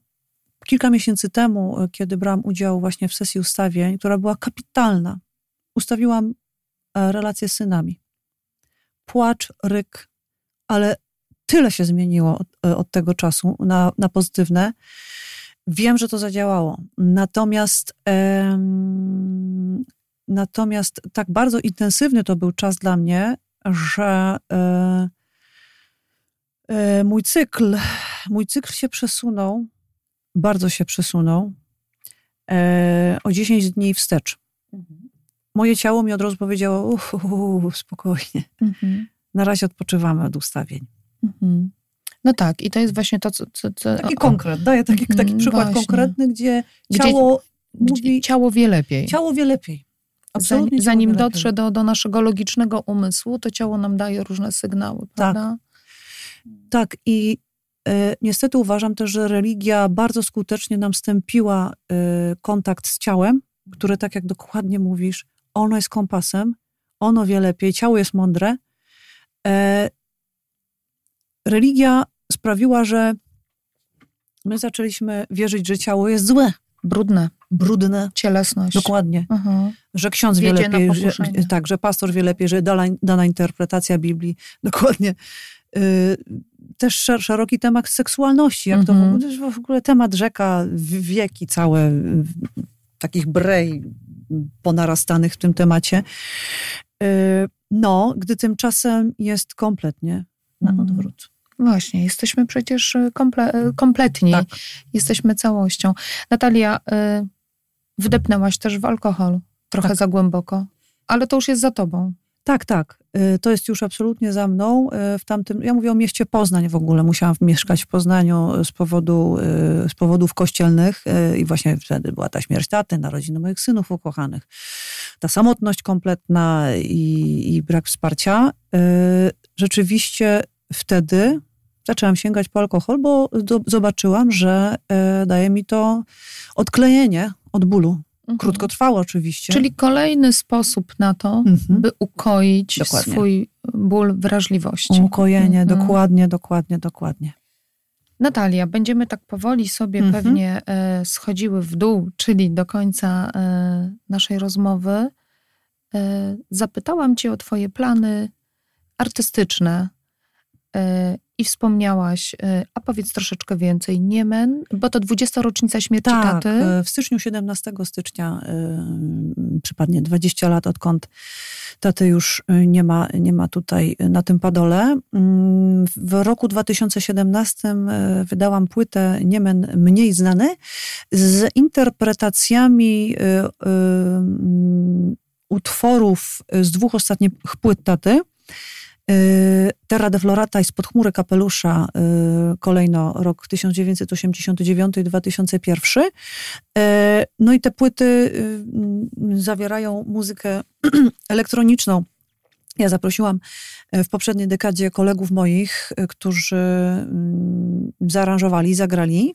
Kilka miesięcy temu, kiedy brałam udział właśnie w sesji ustawień, która była kapitalna, ustawiłam relacje z synami. Płacz, ryk, ale tyle się zmieniło od tego czasu na pozytywne. Wiem, że to zadziałało. Natomiast tak bardzo intensywny to był czas dla mnie, że mój cykl się przesunął, bardzo się przesunął o 10 dni wstecz. Moje ciało mi od razu powiedziało, spokojnie, na razie odpoczywamy od ustawień. No tak, i to jest właśnie to, co taki konkret, daję taki przykład właśnie konkretny, gdzie ciało mówi... Ciało wie lepiej. Ciało wie lepiej. Absolutnie zanim dotrze do naszego logicznego umysłu, to ciało nam daje różne sygnały, prawda? Tak. I niestety uważam też, że religia bardzo skutecznie nam stępiła kontakt z ciałem, które, tak jak dokładnie mówisz, ono jest kompasem, ono wie lepiej, ciało jest mądre. Religia sprawiła, że my zaczęliśmy wierzyć, że ciało jest złe. Brudne. Cielesność. Dokładnie. Że ksiądz wie lepiej, że pastor wie lepiej, że dana interpretacja Biblii. Dokładnie. Też szeroki temat seksualności. Jak to w ogóle temat rzeka wieki całe, takich brej ponarastanych w tym temacie. Gdy tymczasem jest kompletnie na odwrót. Właśnie, jesteśmy przecież kompletni. Tak. Jesteśmy całością. Natalia, wdepnęłaś też w alkohol. Trochę za głęboko. Ale to już jest za tobą. Tak. To jest już absolutnie za mną. Ja mówię o mieście Poznań w ogóle. Musiałam mieszkać w Poznaniu z powodów kościelnych i właśnie wtedy była ta śmierć taty, narodziny moich synów ukochanych. Ta samotność kompletna i brak wsparcia. Rzeczywiście wtedy zaczęłam sięgać po alkohol, bo zobaczyłam, że daje mi to odklejenie od bólu. Krótkotrwałe oczywiście. Czyli kolejny sposób na to, by ukoić swój ból wrażliwości. Ukojenie, dokładnie. Natalia, będziemy tak powoli sobie pewnie schodziły w dół, czyli do końca naszej rozmowy. Zapytałam cię o twoje plany artystyczne i wspomniałaś, a powiedz troszeczkę więcej, Niemen, bo to 20. rocznica śmierci taty. W styczniu, 17 stycznia przypadnie 20 lat, odkąd taty już nie ma tutaj na tym padole. W roku 2017 wydałam płytę Niemen mniej znany z interpretacjami utworów z 2 ostatnich płyt taty. Terra de Florata i Spod chmury kapelusza, kolejno rok 1989 i 2001. No i te płyty zawierają muzykę elektroniczną. Ja zaprosiłam w poprzedniej dekadzie kolegów moich, którzy zaaranżowali,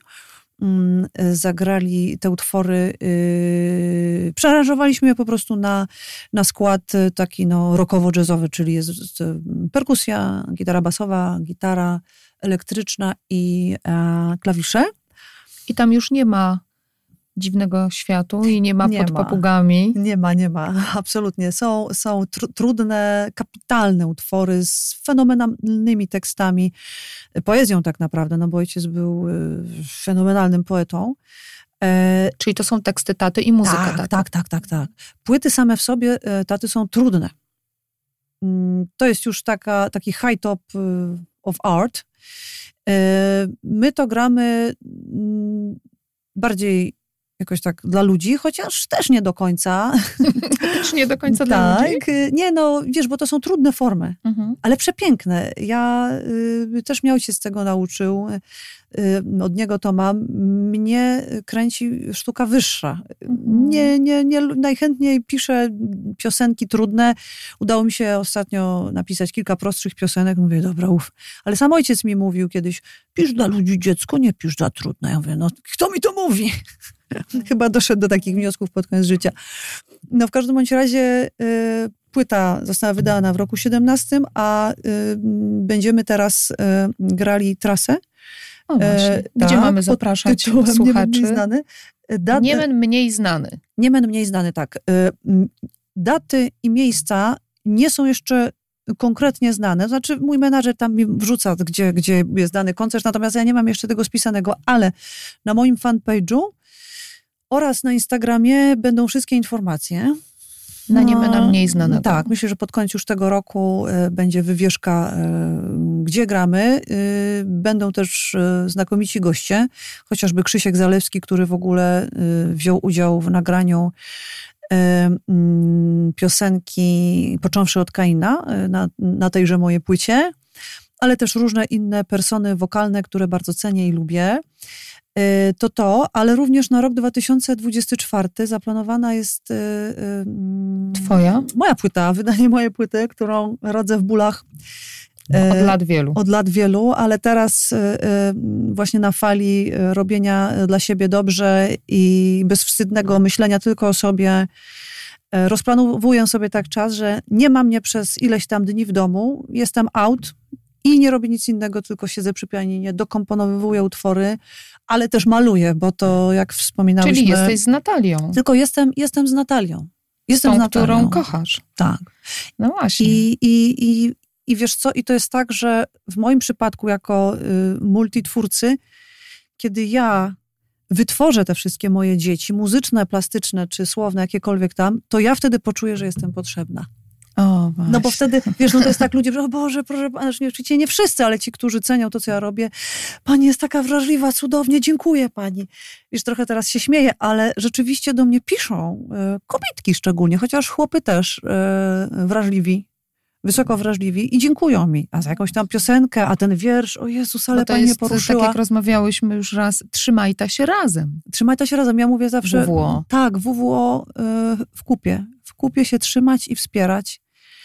zagrali te utwory, przearanżowaliśmy je po prostu na skład taki rockowo-jazzowy, czyli jest perkusja, gitara basowa, gitara elektryczna i klawisze. I tam już nie ma dziwnego światu i nie ma pod papugami. Nie ma, absolutnie. Są trudne, kapitalne utwory z fenomenalnymi tekstami, poezją tak naprawdę, bo ojciec był fenomenalnym poetą. Czyli to są teksty taty i muzyka taty. Tak. Płyty same w sobie taty są trudne. To jest już taki high top of art. My to gramy bardziej jakoś tak dla ludzi, chociaż też nie do końca. Też nie do końca dla ludzi? Nie, wiesz, bo to są trudne formy, ale przepiękne. Ja też mnie ojciec tego nauczył. Od niego to mam. Mnie kręci sztuka wyższa. Nie, najchętniej piszę piosenki trudne. Udało mi się ostatnio napisać kilka prostszych piosenek. Mówię, dobra, Ale sam ojciec mi mówił kiedyś, pisz dla ludzi, dziecko, nie pisz dla trudne. Ja mówię, kto mi to mówi? Chyba doszedł do takich wniosków pod koniec życia. W każdym bądź razie płyta została wydana w roku 17, a będziemy teraz grali trasę. O właśnie. Gdzie mamy zapraszać słuchaczy? Niemen mniej znany. Niemen mniej znany. Niemen mniej znany, tak. daty i miejsca nie są jeszcze konkretnie znane. Znaczy mój menadżer tam mi wrzuca, gdzie jest dany koncert, natomiast ja nie mam jeszcze tego spisanego, ale na moim fanpage'u oraz na Instagramie będą wszystkie informacje. Na nie będę mniej znanego. Tak, myślę, że pod koniec już tego roku będzie wywieszka, gdzie gramy. Będą też znakomici goście, chociażby Krzysiek Zalewski, który w ogóle wziął udział w nagraniu piosenki, począwszy od Kaina, na tejże mojej płycie, ale też różne inne persony wokalne, które bardzo cenię i lubię. Ale również na rok 2024 zaplanowana jest Twoja? Moja płyta, wydanie mojej płyty, którą rodzę w bólach od lat wielu. Od lat wielu, ale teraz właśnie na fali robienia dla siebie dobrze i bezwstydnego myślenia tylko o sobie, rozplanowuję sobie tak czas, że nie ma mnie przez ileś tam dni w domu, jestem out i nie robię nic innego, tylko siedzę przy pianinie, dokomponowuję utwory, ale też maluję, bo to jak wspominałyśmy... Czyli jesteś z Natalią. Tylko jestem z Natalią. Jestem z Natalią, którą kochasz. Tak. No właśnie. I wiesz co, i to jest tak, że w moim przypadku jako multitwórcy, kiedy ja wytworzę te wszystkie moje dzieci, muzyczne, plastyczne czy słowne, jakiekolwiek tam, to ja wtedy poczuję, że jestem potrzebna. O, właśnie. No bo wtedy, wiesz, no to jest tak, ludzie, że o Boże, proszę, oczywiście nie wszyscy, ale ci, którzy cenią to, co ja robię, pani jest taka wrażliwa, cudownie, dziękuję pani. Wiesz, trochę teraz się śmieję, ale rzeczywiście do mnie piszą, kobietki szczególnie, chociaż chłopy też wrażliwi, wysoko wrażliwi i dziękują mi. A za jakąś tam piosenkę, a ten wiersz, o Jezus, ale pani mnie poruszyła. Tak jak rozmawiałyśmy już raz, trzymaj ta się razem. Trzymaj ta się razem, ja mówię zawsze. WWO. Tak, WWO w kupie. W kupie się trzymać i wspierać.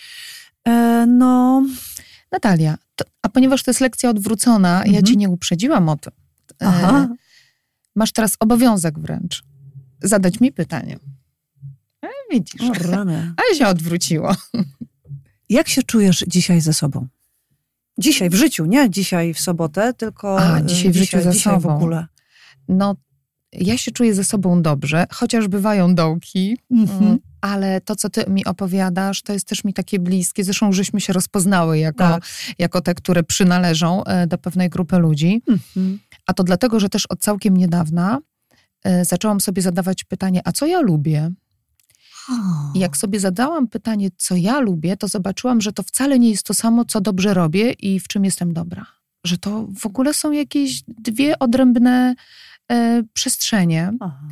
No... Natalia, a ponieważ to jest lekcja odwrócona, ja cię nie uprzedziłam o tym. Masz teraz obowiązek wręcz zadać mi pytanie. Widzisz. O, rany. Ale się odwróciło. Jak się czujesz dzisiaj ze sobą? Dzisiaj w życiu, nie dzisiaj w sobotę, tylko dzisiaj w życiu ze sobą. W ogóle. No, ja się czuję ze sobą dobrze, chociaż bywają dołki, ale to, co ty mi opowiadasz, to jest też mi takie bliskie. Zresztą żeśmy się rozpoznały jako te, które przynależą do pewnej grupy ludzi. A to dlatego, że też od całkiem niedawna zaczęłam sobie zadawać pytanie, a co ja lubię? I jak sobie zadałam pytanie, co ja lubię, to zobaczyłam, że to wcale nie jest to samo, co dobrze robię i w czym jestem dobra. Że to w ogóle są jakieś dwie odrębne przestrzenie.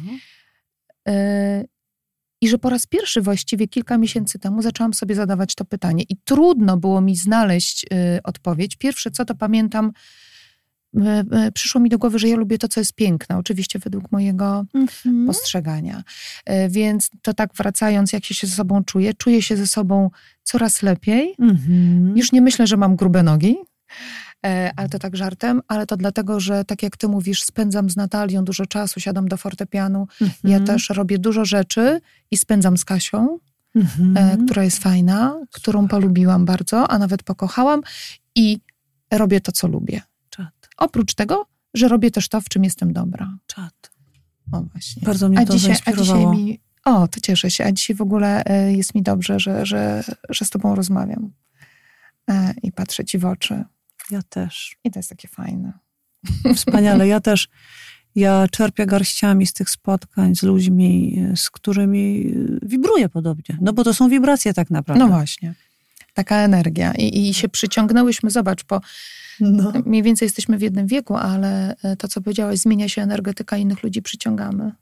I że po raz pierwszy właściwie kilka miesięcy temu zaczęłam sobie zadawać to pytanie. I trudno było mi znaleźć odpowiedź. Pierwsze co, to pamiętam, przyszło mi do głowy, że ja lubię to, co jest piękne. Oczywiście według mojego postrzegania. Więc to tak wracając, jak się ze sobą czuję się ze sobą coraz lepiej. Już nie myślę, że mam grube nogi. Ale to tak żartem, ale to dlatego, że tak jak ty mówisz, spędzam z Natalią dużo czasu, siadam do fortepianu. Ja też robię dużo rzeczy i spędzam z Kasią, która jest fajna, którą polubiłam bardzo, a nawet pokochałam i robię to, co lubię. Oprócz tego, że robię też to, w czym jestem dobra. O właśnie. Bardzo mnie to zainspirowało. To cieszę się. A dzisiaj w ogóle jest mi dobrze, że z tobą rozmawiam. I patrzę ci w oczy. Ja też. I to jest takie fajne. Wspaniale. Ja czerpię garściami z tych spotkań z ludźmi, z którymi wibruję podobnie. No bo to są wibracje tak naprawdę. No właśnie. Taka energia. I się przyciągnęłyśmy, zobacz, mniej więcej jesteśmy w jednym wieku, ale to, co powiedziałaś, zmienia się energetyka, innych ludzi przyciągamy.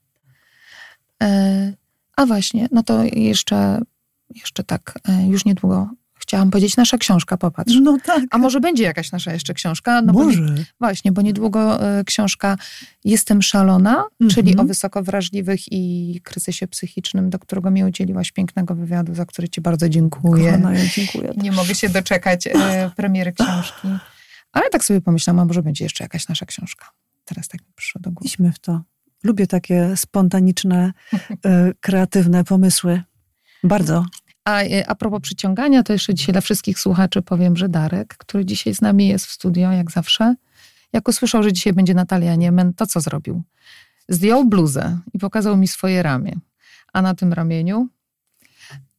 A właśnie, no to jeszcze tak, już niedługo chciałam powiedzieć, nasza książka, popatrz. No tak. A może będzie jakaś nasza jeszcze książka? No może. Bo niedługo książka Jestem szalona, czyli o wysoko wrażliwych i kryzysie psychicznym, do którego mi udzieliłaś pięknego wywiadu, za który ci bardzo dziękuję. Kochana, ja dziękuję. Nie mogę się doczekać premiery książki. Ale tak sobie pomyślałam, a może będzie jeszcze jakaś nasza książka. Teraz tak mi przyszło do głowy. Idźmy w to. Lubię takie spontaniczne, kreatywne pomysły. Bardzo. A propos przyciągania, to jeszcze dzisiaj dla wszystkich słuchaczy powiem, że Darek, który dzisiaj z nami jest w studio, jak zawsze, jak usłyszał, że dzisiaj będzie Natalia Niemen, to co zrobił? Zdjął bluzę i pokazał mi swoje ramię. A na tym ramieniu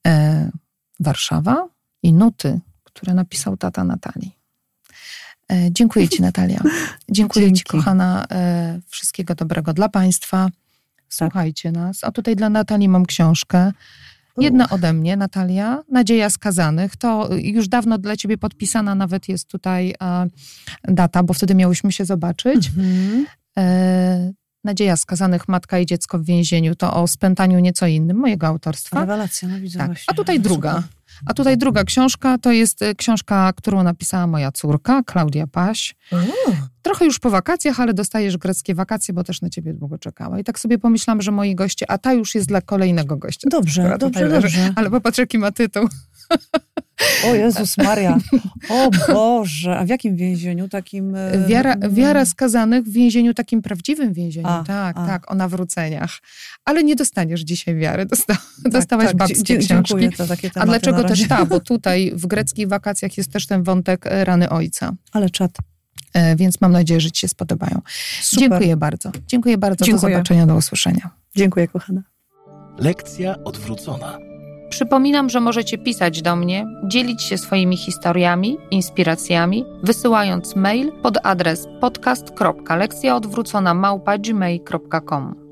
Warszawa i nuty, które napisał tata Natalii. Dziękuję Ci, Natalia. Dziękuję Ci, kochana. Wszystkiego dobrego dla Państwa. Słuchajcie nas. A tutaj dla Natalii mam książkę. Jedna ode mnie, Natalia. Nadzieja skazanych. To już dawno dla Ciebie podpisana, nawet jest tutaj data, bo wtedy miałyśmy się zobaczyć. Nadzieja skazanych, matka i dziecko w więzieniu. To o spętaniu nieco innym, mojego autorstwa. Rewelacja, no widzę właśnie. A tutaj druga. A tutaj druga książka, to jest książka, którą napisała moja córka, Klaudia Paś. Trochę już po wakacjach, ale dostajesz greckie wakacje, bo też na ciebie długo czekała. I tak sobie pomyślałam, że moi goście, a ta już jest dla kolejnego gościa. Dobrze. Ale popatrz, jaki ma tytuł. O Jezus Maria. O Boże. A w jakim więzieniu? Takim... Wiara skazanych w więzieniu, takim prawdziwym więzieniu. Tak, o nawróceniach. Ale nie dostaniesz dzisiaj wiary. Dostałaś babskie książki. Dziękuję za takie tematy. A dlaczego też bo tutaj w greckich wakacjach jest też ten wątek rany ojca. Ale czad. Więc mam nadzieję, że Ci się spodobają. Super. Dziękuję bardzo. Dziękuję. Do zobaczenia, do usłyszenia. Dziękuję, kochana. Lekcja odwrócona. Przypominam, że możecie pisać do mnie, dzielić się swoimi historiami, inspiracjami, wysyłając mail pod adres podcast.lekcjaodwrócona@gmail.com.